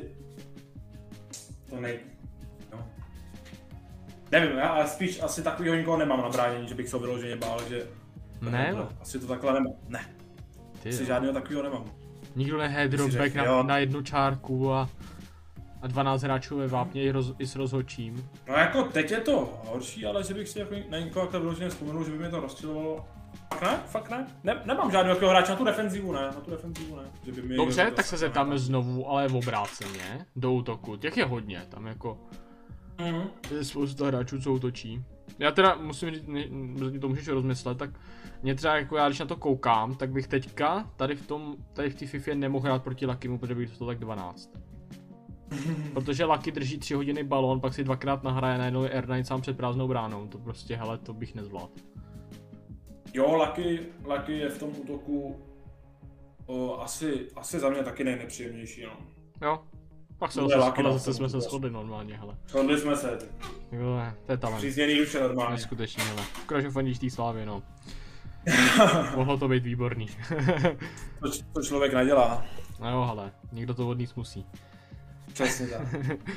To nej... No. Nevím, já ale spíš asi takovýho nikoho nemám na bránění, že bych se vyloženě bál, že... Ne, to, asi to takhle nemám, ne. Ty Asi jo. žádného takovýho nemám. Nikdo nehraje dropback na, na jednu čárku a, a dvanáct hráčů ve vápně i, roz, i s rozhodčím. No jako teď je to horší, ale že bych si jako na někoho takhle vyloženě vzpomenul, že by mě to rozčilovalo. Fakt ne, fakt ne. ne nemám žádného takového hráče na tu defenzivu, ne, na tu defenzivu ne. Že by mi Dobře, tak se zeptáme znovu, ale v obráceně, do útoku. Těch je hodně, tam jako mm-hmm. je spousta hráčů, co útočí. Já teda musím říct, ne, to můžeš rozmyslet, tak mě třeba jako já, když na to koukám, tak bych teďka tady v tom, tady v té FIFA nemohl hrát proti Luckymu, protože bych dostal tak dvanáct. Protože Lucky drží tři hodiny balón, pak si dvakrát nahraje, najednou je R devět sám před prázdnou bránou, to prostě, hele, to bych nezvládl. Jo, Lucky, Lucky je v tom útoku o, asi, asi za mě taky nejnepříjemnější, no. Jo, pak se No, zase, Lucky ale na zase tom jsme se útoku. shodli normálně, hele. Shodli jsme se. Jo, ne, to je talent. Přízněný duše normálně. Neskutečně, hele. Škoda, že fandíš té Slávě, no. Mohlo to být výborný. To, to člověk nedělá. No jo, hele, někdo to odníst musí. Přesně tak.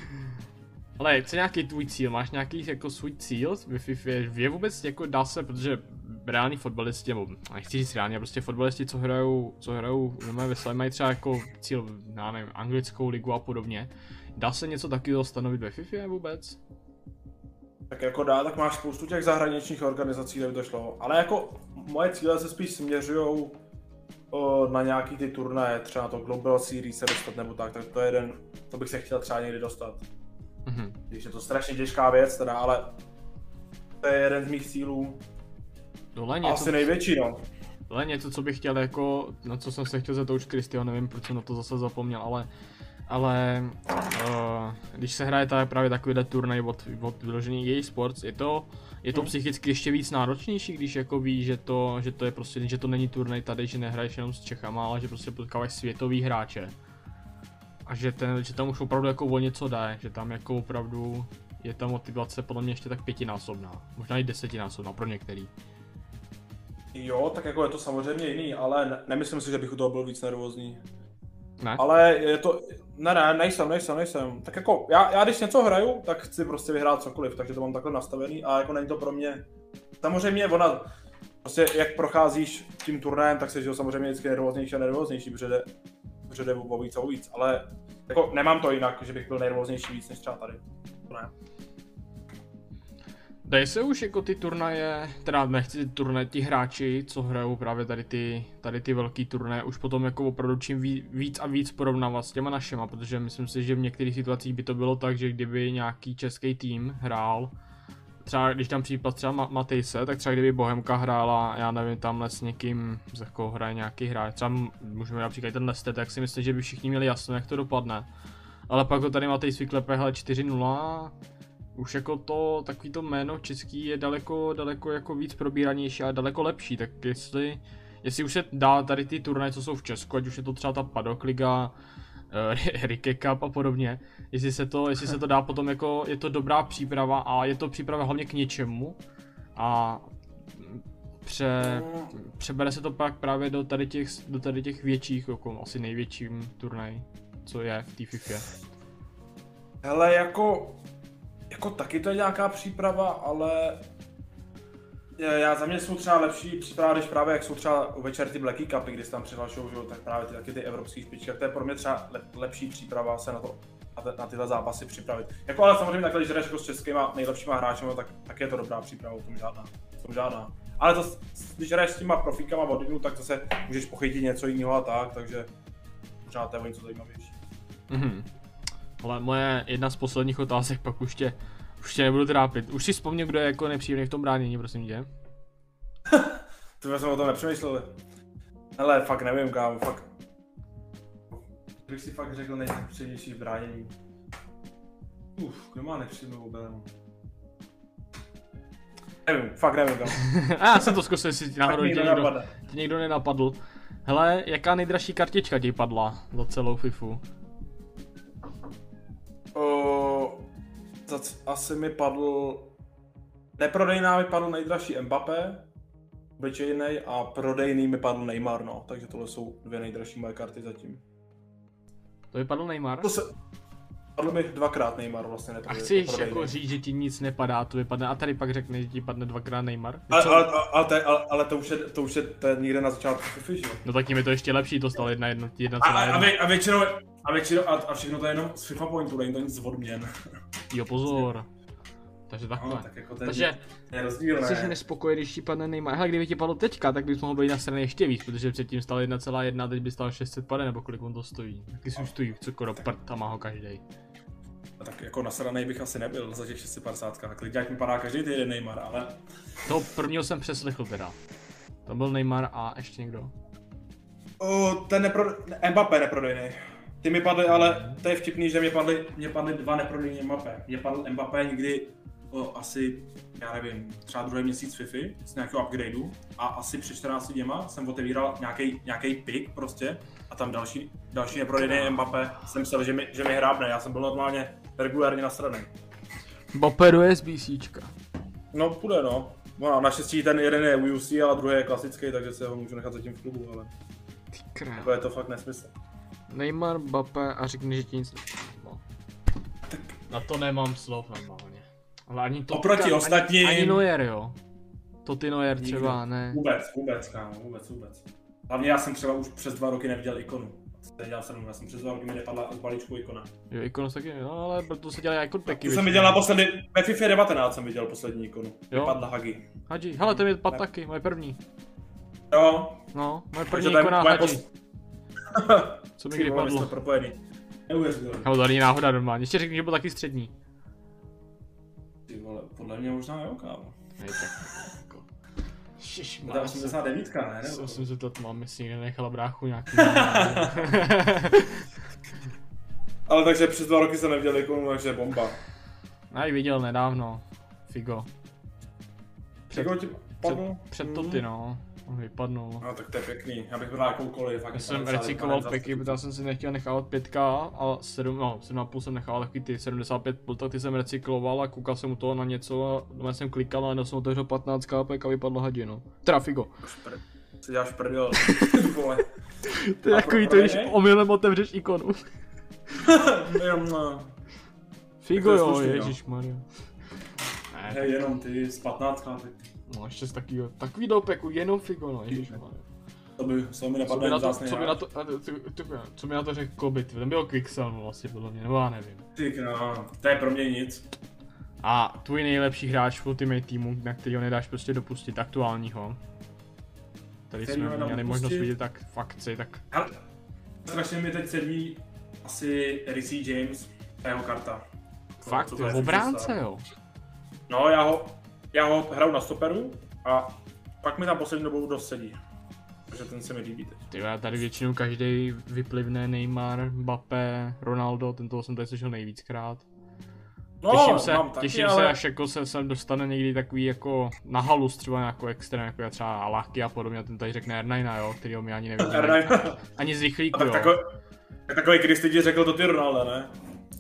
Ale co nějaký tvůj cíl? Máš nějaký jako svůj cíl ve FIFA? Je vůbec jako dá se, protože reální fotbalisti, nebo nechci říct reálně, prostě fotbalisti, co hrajou, co hrajou ve své, mají třeba jako cíl, já nevím, anglickou ligu a podobně. Dá se něco takového stanovit ve FIFA vůbec? Tak jako dá, tak máš spoustu těch zahraničních organizací, kde by to šlo. Ale jako moje cíle se spíš směřují na nějaký ty turnaje, třeba na to Global Series se dostat nebo tak, tak to je jeden, to bych se chtěl třeba někdy dostat. Mhm. Když je to strašně těžká věc teda, ale to je jeden z mých cílů. Tohle něco, Asi největší, no. tohle něco, co bych chtěl jako, na co jsem se chtěl zeptat už Kristiho, nevím, proč jsem na to zase zapomněl, ale ale uh, když se hraje tady právě takovýhle turnaj od, od vyložený její sports, je to, je to Hmm. psychicky ještě víc náročnější, když jako víš, že to, že to je prostě, že to není turnaj tady, že nehraješ jenom s Čechama, ale že prostě potkáváš světový hráče. A že, ten, že tam už opravdu jako o něco jde, že tam jako opravdu je ta motivace podle mě ještě tak pětinásobná, možná i desetinásobná pro některý. Jo, tak jako je to samozřejmě jiný, ale ne, nemyslím si, že bych u toho byl víc nervózní. Ne? Ale je to, ne, ne, nejsem, nejsem, nejsem. Tak jako, já, já když něco hraju, tak chci prostě vyhrát cokoliv, takže to mám takhle nastavený a jako není to pro mě, samozřejmě ona, prostě jak procházíš tím turnajem, tak se že samozřejmě vždycky nervóznější a nervóznější, protože jde, protože jde o víc a o víc, ale jako nemám to jinak, že bych byl nervóznější víc než třeba tady, to ne. Dají se už jako ty turnaje, teda nechci ty turnaje, ti hráči, co hrajou právě tady ty, tady ty velký turnaje, už potom jako opravdu čím víc a víc porovnávat s těma našima, protože myslím si, že v některých situacích by to bylo tak, že kdyby nějaký český tým hrál, třeba když tam případ třeba Matejse, tak třeba kdyby Bohemka hrála, já nevím, tamhle s někým, z jakého hraje nějaký hráč, třeba můžeme například ten Leicester, tak si myslím, že by všichni měli jasno, jak to dopadne. Ale pak to tady Matejs vyklepe, hele, čtyři nula. Už jako to, takový to jméno český je daleko, daleko jako víc probíranější a daleko lepší, tak jestli, jestli už se dá tady ty turnaje, co jsou v Česku, ať už je to třeba ta Paddock Liga, uh, Rike Cup a podobně, jestli se to, jestli se to dá potom jako, je to dobrá příprava a je to příprava hlavně k něčemu a pře, přebere se to pak právě do tady těch, do tady těch větších, jako asi největším turnaj, co je v té FIFA. Hele, jako, jako taky to je nějaká příprava, ale já za mě jsou třeba lepší příprava, když právě jak jsou třeba večer ty Blacky Cupy, kdy se tam přihlašují, tak právě ty, taky ty evropské špičky, tak to je pro mě třeba lep, lepší příprava se na to, na, na tyhle zápasy připravit. Jako ale samozřejmě takhle, když jdeš jako s českýma nejlepšíma hráčema, tak, tak je to dobrá příprava, o tom žádná, o tom žádná. Ale to, když jdeš s těma profíkama od jednu, tak zase můžeš pochytit něco jiného a tak, takže možná to je o něco zajímavější. Mhm. Ale moje jedna z posledních otázek, pak už tě, už tě nebudu trápit. Už si vzpomněl, kdo je jako nepříjemný v tom bránění, prosím tě? To jsme o tom nepřemýšleli. Ale fakt nevím, kámo, fakt. Bych si fakt řekl nejnepříjemnější v bránění. Uf, kdo má nepříjemnou obranu? Nevím, fakt nevím. A já jsem to zkusil, jestli ti náhodou tě někdo někdo, napadne. tě někdo nenapadl. Hele, jaká nejdražší kartička ti padla za celou FIFU? O, asi mi padl... Neprodejná mi padl nejdražší Mbappé, obyčejnej, a prodejný mi padl Neymar, no. Takže tohle jsou dvě nejdražší moje karty zatím. To vypadl Neymar? To se... Padl mi dvakrát Neymar vlastně neprodejný. A chceš jako říct, že ti nic nepadá, to vypadne, a tady pak řekne, že ti padne dvakrát Neymar? Ale, ale, ale, ale, ale, ale to už je, to už je, to je někde na začátku FIFA, že jo? No tak tím je to ještě lepší, to stalo jedna, jedna, jedna A, celá a, a, jedna. vě, a většinou, a většinou, a, a všechno to je jenom z FIFA pointu, není to nic z odměn. Jo, pozor. Takže takhle. No, tak jako to je, Takže je rozdíl, jsi ne? nespokojený, když ti padne Neymar. Hele, kdyby ti padlo teďka, tak bys mohl být na straně ještě víc, protože předtím stál jedna celá jedna a teď by stál šest set pade, nebo kolik on to stojí. Taky si už stojí, co skoro prd a má ho každej. A tak jako nasranej bych asi nebyl za těch šest set padesát, klidně jak mi padá každý týden Neymar, ale... Toho prvního jsem přeslechl teda. To byl Neymar a ještě někdo. O, ten nepro... Mbappé neprodejný. Ty mi padly, ale to je vtipný, že mě padly, mě padly dva neprodejní Mbappé. Mě padl Mbappé někdy o, asi, já nevím, třeba druhý měsíc FIFA z nějakého upgradeu a asi před čtrnácti dněma jsem otevíral nějaký nějaký pick prostě a tam další, další neprodejný Mbappé jsem myslel, že mi, že mi hrábne, já jsem byl normálně regulárně nasraný. Mbappé do SBCčka. No půjde no. No, naštěstí ten jeden je U C, ale druhý je klasický, takže se ho můžu nechat zatím v klubu, ale Ty král. jako je to fakt nesmysl. Neymar, Mbappé a řekni, že ti nic nepadlo. Tak Na to nemám slov normálně. Ale ani to oproti ostatním... Ani, ani Neuer, jo. To ty Neuer třeba, ne. Vůbec, vůbec, kámo, vůbec, vůbec. Hlavně já jsem třeba už přes dva roky neviděl ikonu. Nedělal jsem, já jsem přes dva roky mi nepadla z balíčku ikona. Jo, ikonu taky, no ale proto se dělají jako taky. To jsem viděl naposledy, ve FIFA devatenáct jsem viděl poslední ikonu. Jo. Vypadla Hagi. Hadži, hele, to mi pad taky, moje první. Jo. No, moje první Takže to je ikona moje Hadži. pos- Co mi Ty kdy vole, my jsme padlo? propojený. Neuvěřitelný. Hele, to není náhoda normálně, ještě řekni, že byl taky střední. Ty vole, podle mě možná jo, kámo. Ne, tak jako... To je osmdesát devět, ne? Nebo? Jsem se to mám, jestli někde nechala bráchu nějaký. Ale takže přes dva roky jsem neviděl ikonu, takže bomba. Já ji viděl nedávno. Figo. Před, Před, ti padl? před to ty no. On vypadnul. No tak to je pěkný, já bych byl jakoukoliv. Já jsem recykloval peky, protože já jsem si nechtěl nechávat pětka a sedm, no, sedm a půl jsem nechal takový ty sedmdesát pět půl, tak ty jsem recykloval a koukal jsem u toho na něco a doma jsem klikal a jsem otevřel patnáct kápek a vypadlo Hadži, no. Teda Figo. Si děláš prdel, vole. To je A takový pro- to, když prodej? omylem otevřeš ikonu. Jenom, no. Figo to je jo, slušný, no. ježišmarja. Ne, Hej, jenom ty z patnáctka, tak no ještě z takovýho, takový dopeku, jenom Figo no, ježišmarja. to by, co mi Co nepadne mi na jen to, zásný co mi na hráč. to, a ty- ty- ty- co mi na to řekl Kobe, ty, ten byl Quicksell no, asi podle mě, nebo já nevím. Ty no, to je pro mě nic. A tvůj nejlepší hráč v Ultimate týmu, na kterýho nedáš prostě dopustit, aktuálního. Tady Kterýho jsme nedám měli dopustit? možnost vidět tak v akci, tak Ale strašně mi teď sedí asi Ricey James a jeho karta. fakt, Co to jo, je v obránce představ. jo. No, já ho, já ho hraju na stoperu a pak mi tam poslední dobou dost sedí. Takže ten se mi líbí teď. Ty já tady většinou každý vyplivne Neymar, Mbappé, Ronaldo, ten toho jsem tady slyšel nejvíckrát. No, Těším se, mám taky, těším ale... se, až jako se sem dostane někdy takový jako na halus třeba jako extrém, jako je třeba Alaki a podobně, ten tady řekne R devět, jo, kterýho my ani nevidíme. R devět. Ani z rychlíku, Tak jo. takový, tak takový Kristy ti řekl to ty Ronaldo, ne?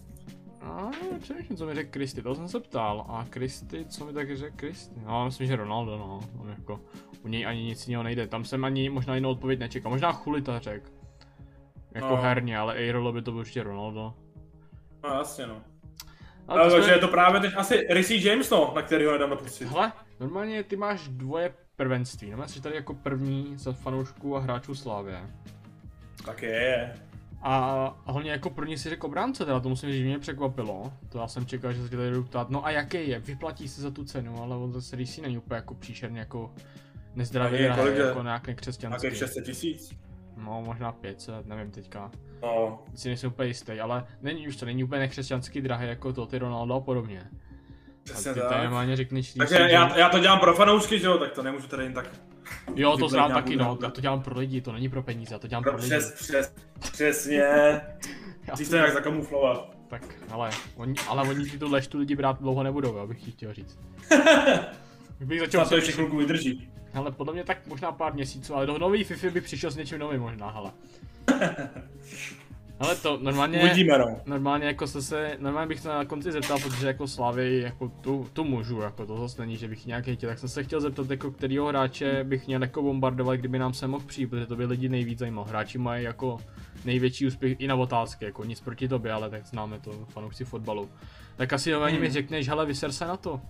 A přemýšlím, co mi řekl Kristy, to jsem se ptal. A Kristy, co mi taky řekl Kristy? No, myslím, že Ronaldo, no. On jako, u něj ani nic jiného nejde. Tam jsem ani možná jinou odpověď nečekal. Možná Chulita řekl. Jako No. herně, ale Eirolo by to byl určitě Ronaldo. No jasně no. Ale Ale to takže jsme... je to právě teď asi Ricey James, no, na kterýho nedám dopustit. Hele, normálně ty máš dvoje prvenství. No, jsi tady jako první za fanoušků a hráčů Slávě. Tak je. A hlavně jako první si řekl obránce, teda to musím říct, že mě překvapilo. To já jsem čekal, že se tě tady budu ptát, no a jaký je, vyplatí se za tu cenu, ale on zase Ricey není úplně jako příšerně jako nezdravě A je, hraje, kolik je? jako nějak nekřesťanský. Nějakých šest set tisíc. No možná pět set, nevím teďka, No. si nejsem úplně jistý, ale není už to, není úplně nekřesťanský drahý jako to, ty Ronaldo a podobně. A Přesně ty tak. tady normálně řekneš Takže Ricey, já, že- já to dělám pro fanoušky, že jo, tak to nemůžu tady jen tak. Jo, to vyplejt znám nějakou taky, no, nějakou- já to dělám pro lidi, to není pro peníze, já to dělám pro Pro, lidi. přes, přes, přesně. Já Musíš to- to nějak zakamuflovat. Tak, ale, oni, ale oni ti tu lež tu lidi brát dlouho nebudou, jo, bych ti chtěl říct. Bych začal to ještě chvilku vydrží. Ale podle mě tak možná pár měsíců, ale do nový FIFA bych přišel s něčím novým možná, hele. Ale to normálně, Uvidíme, no. normálně jako se se, normálně bych se na konci zeptal, protože jako Slavy, jako tu, tu můžu, jako to zase není, že bych nějaký chtěl, tak jsem se chtěl zeptat, jako kterýho hráče bych měl jako bombardovat, kdyby nám se mohl přijít, protože to by lidi nejvíc zajímalo. Hráči mají jako největší úspěch i na otázky, jako nic proti tobě, ale tak známe to, fanoušci fotbalu. Tak asi nově hmm. mi řekneš, hele, vyser se na to.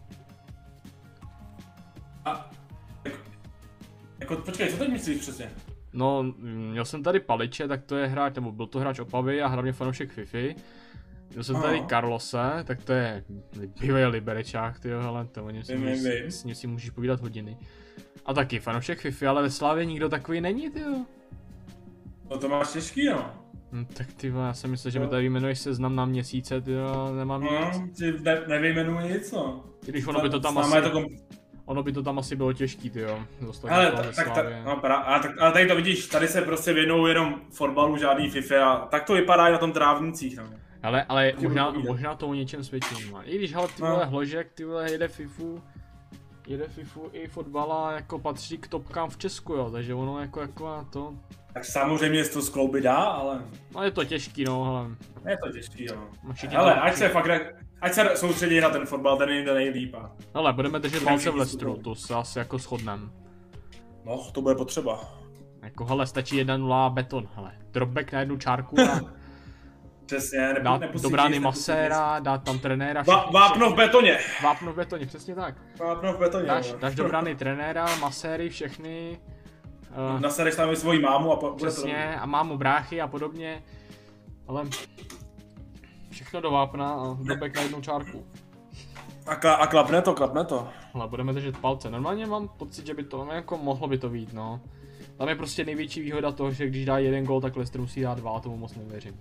A, jako, jako, počkej, co teď myslíš přesně? No, měl jsem tady Paliče, tak to je hráč, nebo byl to hráč Opavy a hlavně fanoušek Fifi. Měl jsem tady Carlose, tak to je bývalý liberečák, tyjo, hele, to o něm si, můžeš, s ním si můžeš povídat hodiny. A taky fanoušek Fifi, ale ve Slávě nikdo takový není, tyjo. No to máš těžký, no. No, tak ty já jsem myslel, že mi tady vyjmenuješ seznam na měsíce, tyjo, nemám nic. No, ty ne, nevyjmenuji nic, no. Když ono by to tam asi... To kom... Ono by to tam asi bylo těžký, tyjo. Ale tak, tak, tak, no, pra, ale, tak, ale tady to vidíš, tady se prostě věnují jenom fotbalu, žádný FIFA a tak to vypadá i na tom trávnicích, no. Ale, ale možná, možná to o něčem svědčí, no. I když hele, ty vole, no. Hložek, ty vole, jede FIFU, jede FIFU i fotbala jako patří k topkám v Česku, jo, takže ono jako jako na to. Tak samozřejmě to skloubit dá, ale... No je to těžký, no, hele. Je to těžký, jo. Ale ať se fakt, ať se soustředí na ten fotbal, ten jde nejlíp. Hele, budeme držet palce v Leicesteru, to se asi jako shodneme. No, to bude potřeba. Jako hele, stačí jedna nula beton, hele. Dropback na jednu čárku a... Přesně, nepu, dát do brány maséra, dát tam trenéra, všechny, vápno v betoně. Vápno v betoně, přesně tak. Vápno v betoně. Dáš, dáš do brány trenéra, maséry, všechny. Uh, Nasereš tam i svoji mámu a po, přesně, a mámu, bráchy a podobně. Ale všechno do vápna a dropback na jednu čárku. A, kla, a klapne to, klapne to. Ale budeme držet palce. Normálně mám pocit, že by to jako mohlo by to být, no. Tam je prostě největší výhoda toho, že když dá jeden gól, tak Leicester musí dát dva, a tomu moc nevěřím.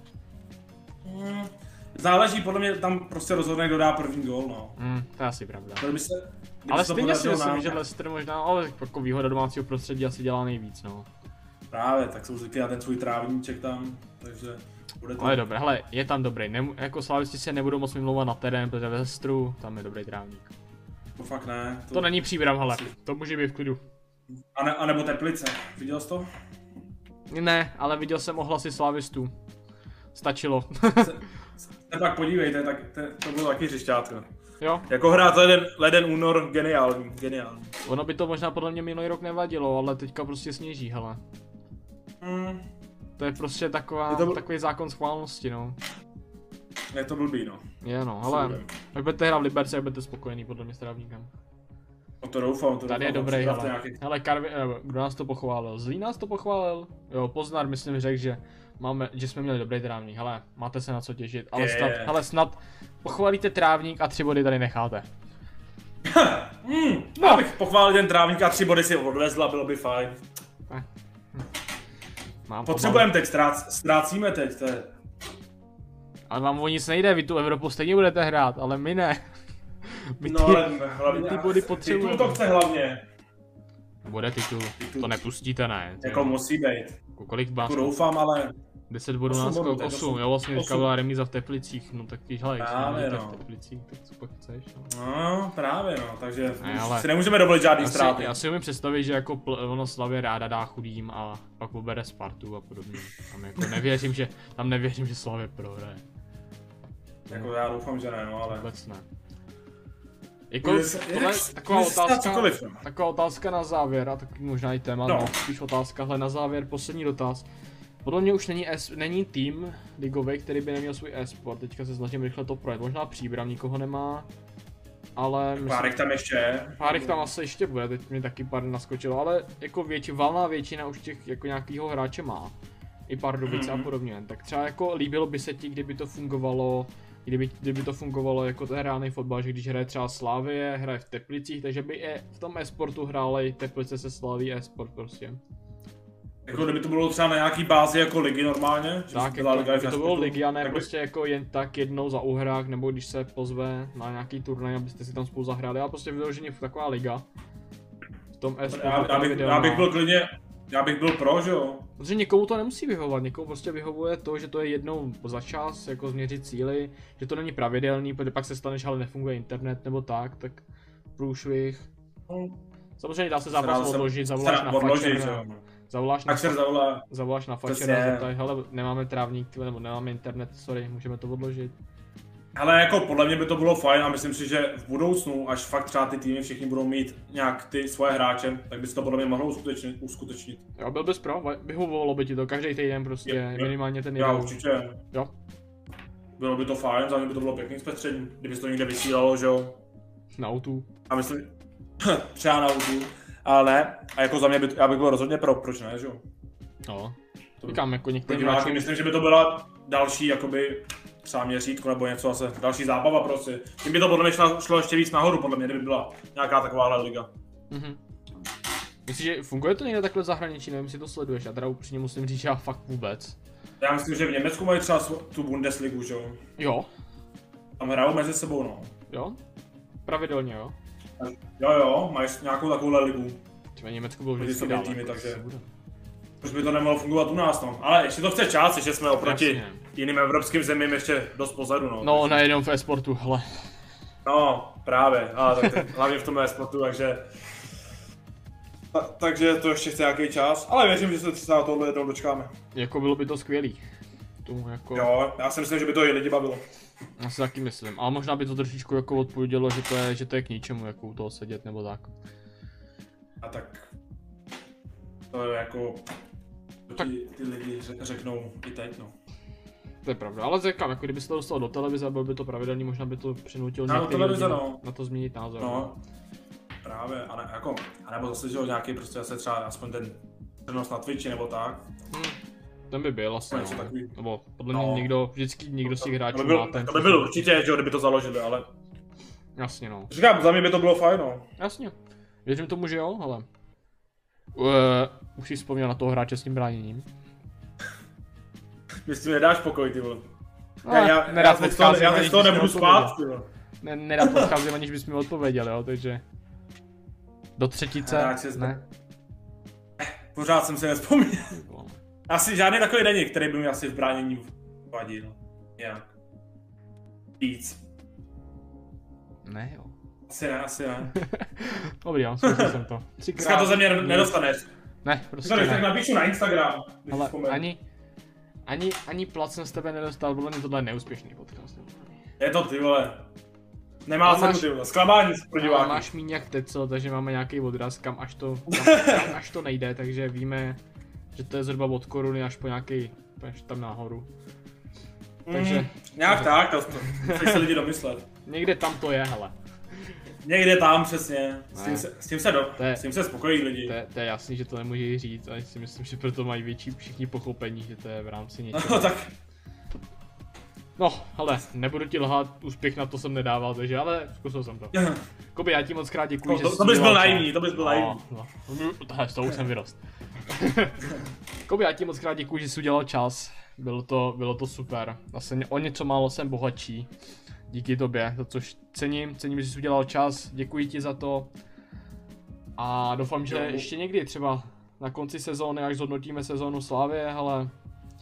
Hmm, záleží, podle mě tam prostě rozhodne, kdo dá první gól, no. Hmm, to je asi pravda. By se, ale stejně si myslím, nám... že Leicester možná, ale jako výhoda domácího prostředí asi dělá nejvíc, no. Právě, tak jsou zvyklí na ten svůj trávníček tam, takže bude to... Ale dobré, hele, je tam dobrý, Nemu, jako slávisti se nebudou moc vymlouvat na terén, protože ve Leicesteru tam je dobrý trávník. To fakt ne. To, to není Příbram, hele, to může být v klidu. A, ne, a nebo Teplice, viděl jsi to? Ne, ale viděl jsem ohlasy slávistů. Stačilo. se, se pak podívejte, tak te, to bylo taky hřišťátko. Jo. Jako hrát leden, leden únor, geniální, geniální. Ono by to možná podle mě minulý rok nevadilo, ale teďka prostě sněží, hele. Mm. To je prostě taková, je to bl... takový zákon schválnosti, no. Je to blbý, no. Je no, hele, až budete hrát v Liberci, jak budete spokojený podle mě s trávníkem. No to doufám, to Tady doufám, je dobrý, hele. Nějaký... Hele, Karvi, kdo nás to pochválil? Zlý nás to pochválil? Jo, Poznar, myslím, řekl, že máme, že jsme měli dobrý trávník, hele, máte se na co těšit, ale je, snad, je. hele, snad pochválíte trávník a tři body tady necháte. mm, no. Já bych pochválil ten trávník a tři body si odvezla, bylo by fajn. Eh. Hm. Potřebujeme teď, ztrác, ztrácíme teď, to je... Ale vám o nic nejde, vy tu Evropu stejně budete hrát, ale my ne. My ty, no ale hlavně, my ty body potřebujeme. Titul to chce hlavně. Bude titul, titul. To nepustíte, ne. Jako musí být. Kolik máš? Doufám, ale... deset bodů náskok, osm, jo vlastně teďka byla remíza v Teplicích, no tak když hele, když no. v Teplicích, tak co pak chceš, no. No právě no, takže ne, ale si nemůžeme dovolit žádný já ztráty. Si, já si umím představit, že jako ono Slavě ráda dá chudým a pak pobere Spartu a podobně. Tam jako nevěřím, že, tam nevěřím, že Slavě prohraje. Jako já doufám, že ne, no ale... Vůbec ne. Jako, tohle taková otázka, taková otázka na závěr a taky možná i téma, no. Spíš otázka, hle na závěr, poslední dotaz. Podle mě už není, es, není tým ligový, který by neměl svůj e-sport, teďka se snažím rychle to projet, možná Příbram nikoho nemá, ale... Párek tam ještě je. Párek tam asi ještě bude, teď mi taky pár naskočilo, ale jako větši, valná většina už těch jako nějakýho hráče má. I Pardubice mm-hmm. a podobně, tak třeba jako líbilo by se ti, kdyby to fungovalo, kdyby, kdyby to fungovalo jako ten reálný fotbal, že když hraje třeba Slavie, hraje v Teplicích, takže by je v tom e-sportu hráli Teplice se Slaví e-sport prostě. Jako kdyby to bylo třeba na nějaký bázi jako ligy normálně? Tak, jako, kdyby to bylo ligy a ne tak prostě by... jako jen tak jednou za uhrák, nebo když se pozve na nějaký turnaj, abyste si tam spolu zahráli, ale prostě vyloženě taková liga. V tom e-sportu já, já, bych, já bych byl klidně, já bych byl pro, že jo? Protože někomu to nemusí vyhovovat, někomu prostě vyhovuje to, že to je jednou za čas, jako změřit cíly, že to není pravidelný, protože pak se stane, že ale nefunguje internet nebo tak, tak průšvih. Samozřejmě dá se Dá zápas se- odložit, zavoláš na odložit, fačera, jo. zavoláš na, Tak se zavolá. zavoláš na fačera, Přesně. zeptaj, hele, nemáme trávník, nebo nemáme internet, sorry, můžeme to odložit. Ale jako podle mě by to bylo fajn a myslím si, že v budoucnu, až fakt třeba ty týmy všichni budou mít nějak ty svoje hráče, tak by se to podle mě mohlo uskutečnit. uskutečnit. Jo, byl bys pro, vyhovovalo by ti to každý týden prostě, Jo, jo. minimálně ten Já jeden. určitě. Jo. Bylo by to fajn, za mě by to bylo pěkný zpestření, kdyby se to někde vysílalo, že jo. Na autu. A myslím, třeba na autu, ale ne. A jako za mě by, já bych byl rozhodně pro, proč ne, že jo. No. To- Říkám, jako Pro některým diváky hráčům, myslím, že by to byla další, jakoby, třeba měřítko nebo něco zase, další zábava prostě. Tím by to podle mě šlo, šlo ještě víc nahoru, podle mě, kdyby byla nějaká takováhle liga. mhm. Myslíš, že funguje to někde takhle v zahraničí, nevím, jestli to sleduješ, já teda upřímně musím říct, že já fakt vůbec. Já myslím, že v Německu mají třeba svo- tu Bundesligu, že jo. Jo, Tam hrajou mezi sebou, no. jo, pravidelně jo. Jo, jo, mají nějakou takovouhle ligu. Třeba Německo bylo Proti vždycky sobě dál, týmy, jako takže- se bude. Proč by to nemohlo fungovat u nás, no. Ale ještě to chce čas, že jsme oproti Jasně. jiným evropským zemím ještě dost pozadu, no. No, nejenom v e-sportu, hele. No, právě, ale tak, tak, hlavně v tom e-sportu, takže... Ta, takže to ještě chce nějaký čas, ale věřím, že se třeba tohle jednou dočkáme. Jako bylo by to skvělý. Tu jako, Jo, já si myslím, že by to i lidi bavilo. já si taky myslím. Ale možná by to trošičku jako odpovědělo, že to je, že to je k ničemu, jako u toho sedět nebo tak. A tak... To je jako... To Tak- ti, ty lidi ře- řeknou i teď, no. To je pravda, ale říkám, jako kdyby se to dostalo do televize a byl by to pravidelný, možná by to přinutilo No, do některý televize, lidi no. na to změnit názor. No, právě, a, ne, jako, a nebo zase, že jo, nějaký prostě zase třeba aspoň ten přenos na Twitchi nebo tak. Hm, ten by byl asi, Něco no. takový. Nebo podle No. mě někdo, vždycky někdo z těch To hráčů by, má byl, ten... to by byl určitě, že jo, kdyby to založili, ale Jasně no, říkám, za mě by to bylo fajn, no. jasně. Věřím tomu, že jo, ale... Uh, už si vzpomněl na toho hráče s tím bráněním. Mě s tím nedáš pokoj, ty vole. No, Já, já, nerad já, teď z toho, odcházím, já teď aniž z toho bys mi nebudu odpověděl. spát, ty vole. Ne, nerad odcházím, aniž bys mi odpověděl, jo, takže... Do třetice, Hráč se zde- ne? Pořád jsem si nevzpomněl. Asi žádný takový není, který by mi asi v bránění vadil. Nějak. Víc. Ne jo. Asi ne, asi ne. Dobrý, já zkusil jsem to. Dneska to ze mě nedostaneš. Ne, prostě Dostaneš, tak ne. napíšu na Instagram, když Ale vzpomenu. ani, ani, ani plat jsem z tebe nedostal, podle mě tohle je neúspěšný podcast. Je to ty vole. Nemá Ale cenu máš- ty vole, zklamání pro Ale diváky. máš míň jak Teco, takže máme nějaký odraz, kam až to, kam, kam až to nejde, takže víme, že to je zhruba od koruny až po nějaký, až tam nahoru. takže- Mm, nějak tak, to, to musí se lidi domyslet. Někde tam to je, hele. Někde tam přesně, s tím Ne. se, s tím se, do, To je- s tím se spokojí lidi. To je, to je jasný, že to nemůžeš říct, ale si myslím, že proto mají větší všichni pochopení, že to je v rámci něčeho. No tak, No, hele, nebudu ti lhát, úspěch na to jsem nedával, takže ale zkusil jsem to. Koby, já ti moc krát děkuji, to, že to, jsi to bys byl udělal naivní, čas. to bys byl No, naivní. no. Tohle, z toho už jsem vyrost. Koby, já ti moc krát děkuji, že jsi udělal čas. Bylo to, bylo to super. Vlastně o něco málo jsem bohatší. Díky tobě, za což cením, cením, že jsi udělal čas. Děkuji ti za to. A doufám, že Jo. ještě někdy třeba na konci sezóny, až zhodnotíme sezónu Slávie, ale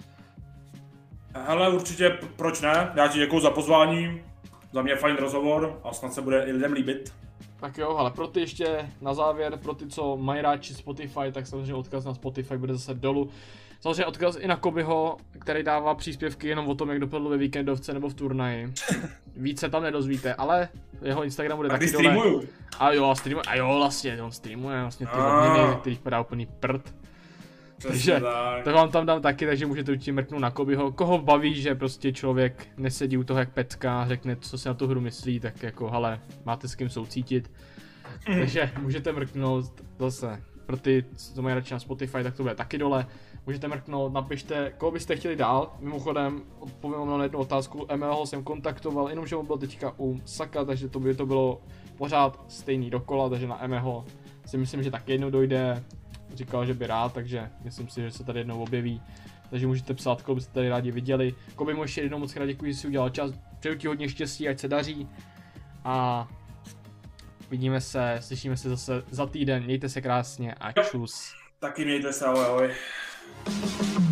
Hele, určitě, p- proč ne? Já ti děkuju za pozvání, za mě fajn rozhovor a snad se bude i lidem líbit. tak jo, ale pro ty ještě na závěr, pro ty, co mají rádi Spotify, tak samozřejmě odkaz na Spotify bude zase dolů. Samozřejmě odkaz i na Kobyho, který dává příspěvky jenom o tom, jak dopadl ve víkendovce nebo v turnaji. Víc se tam nedozvíte, ale jeho Instagram bude A když taky dole. streamuju, A jo, streamuje, a jo, vlastně, on streamuje vlastně ty A. odměny, ze kterých padá úplný prd. přesně Takže- tak. Tak vám tam dám taky, takže můžete určitě mrknout na Kobyho. Koho baví, že prostě člověk nesedí u toho jak pecka, řekne, co si na tu hru myslí, tak jako, hele, máte s kým soucítit. Takže můžete mrknout zase. Pro ty, co mají radši na Spotify, tak to bude taky dole. Můžete mrknout, napište, koho byste chtěli dál. Mimochodem, odpovím vám na jednu otázku. M L ho jsem kontaktoval, jenomže on byl teďka u Saka, takže to by to bylo pořád stejný dokola, takže na M L ho si myslím, že taky jednou dojde. Říkal, že by rád, takže myslím si, že se tady jednou objeví. Takže můžete psát, koho byste tady rádi viděli. Koby mu ještě jednou moc krát děkuji, že jsi udělal čas. Přeju ti hodně štěstí, ať se daří. A vidíme se, slyšíme se zase za týden. Mějte se krásně a čus. Taky mějte se, ahoj, ahoj.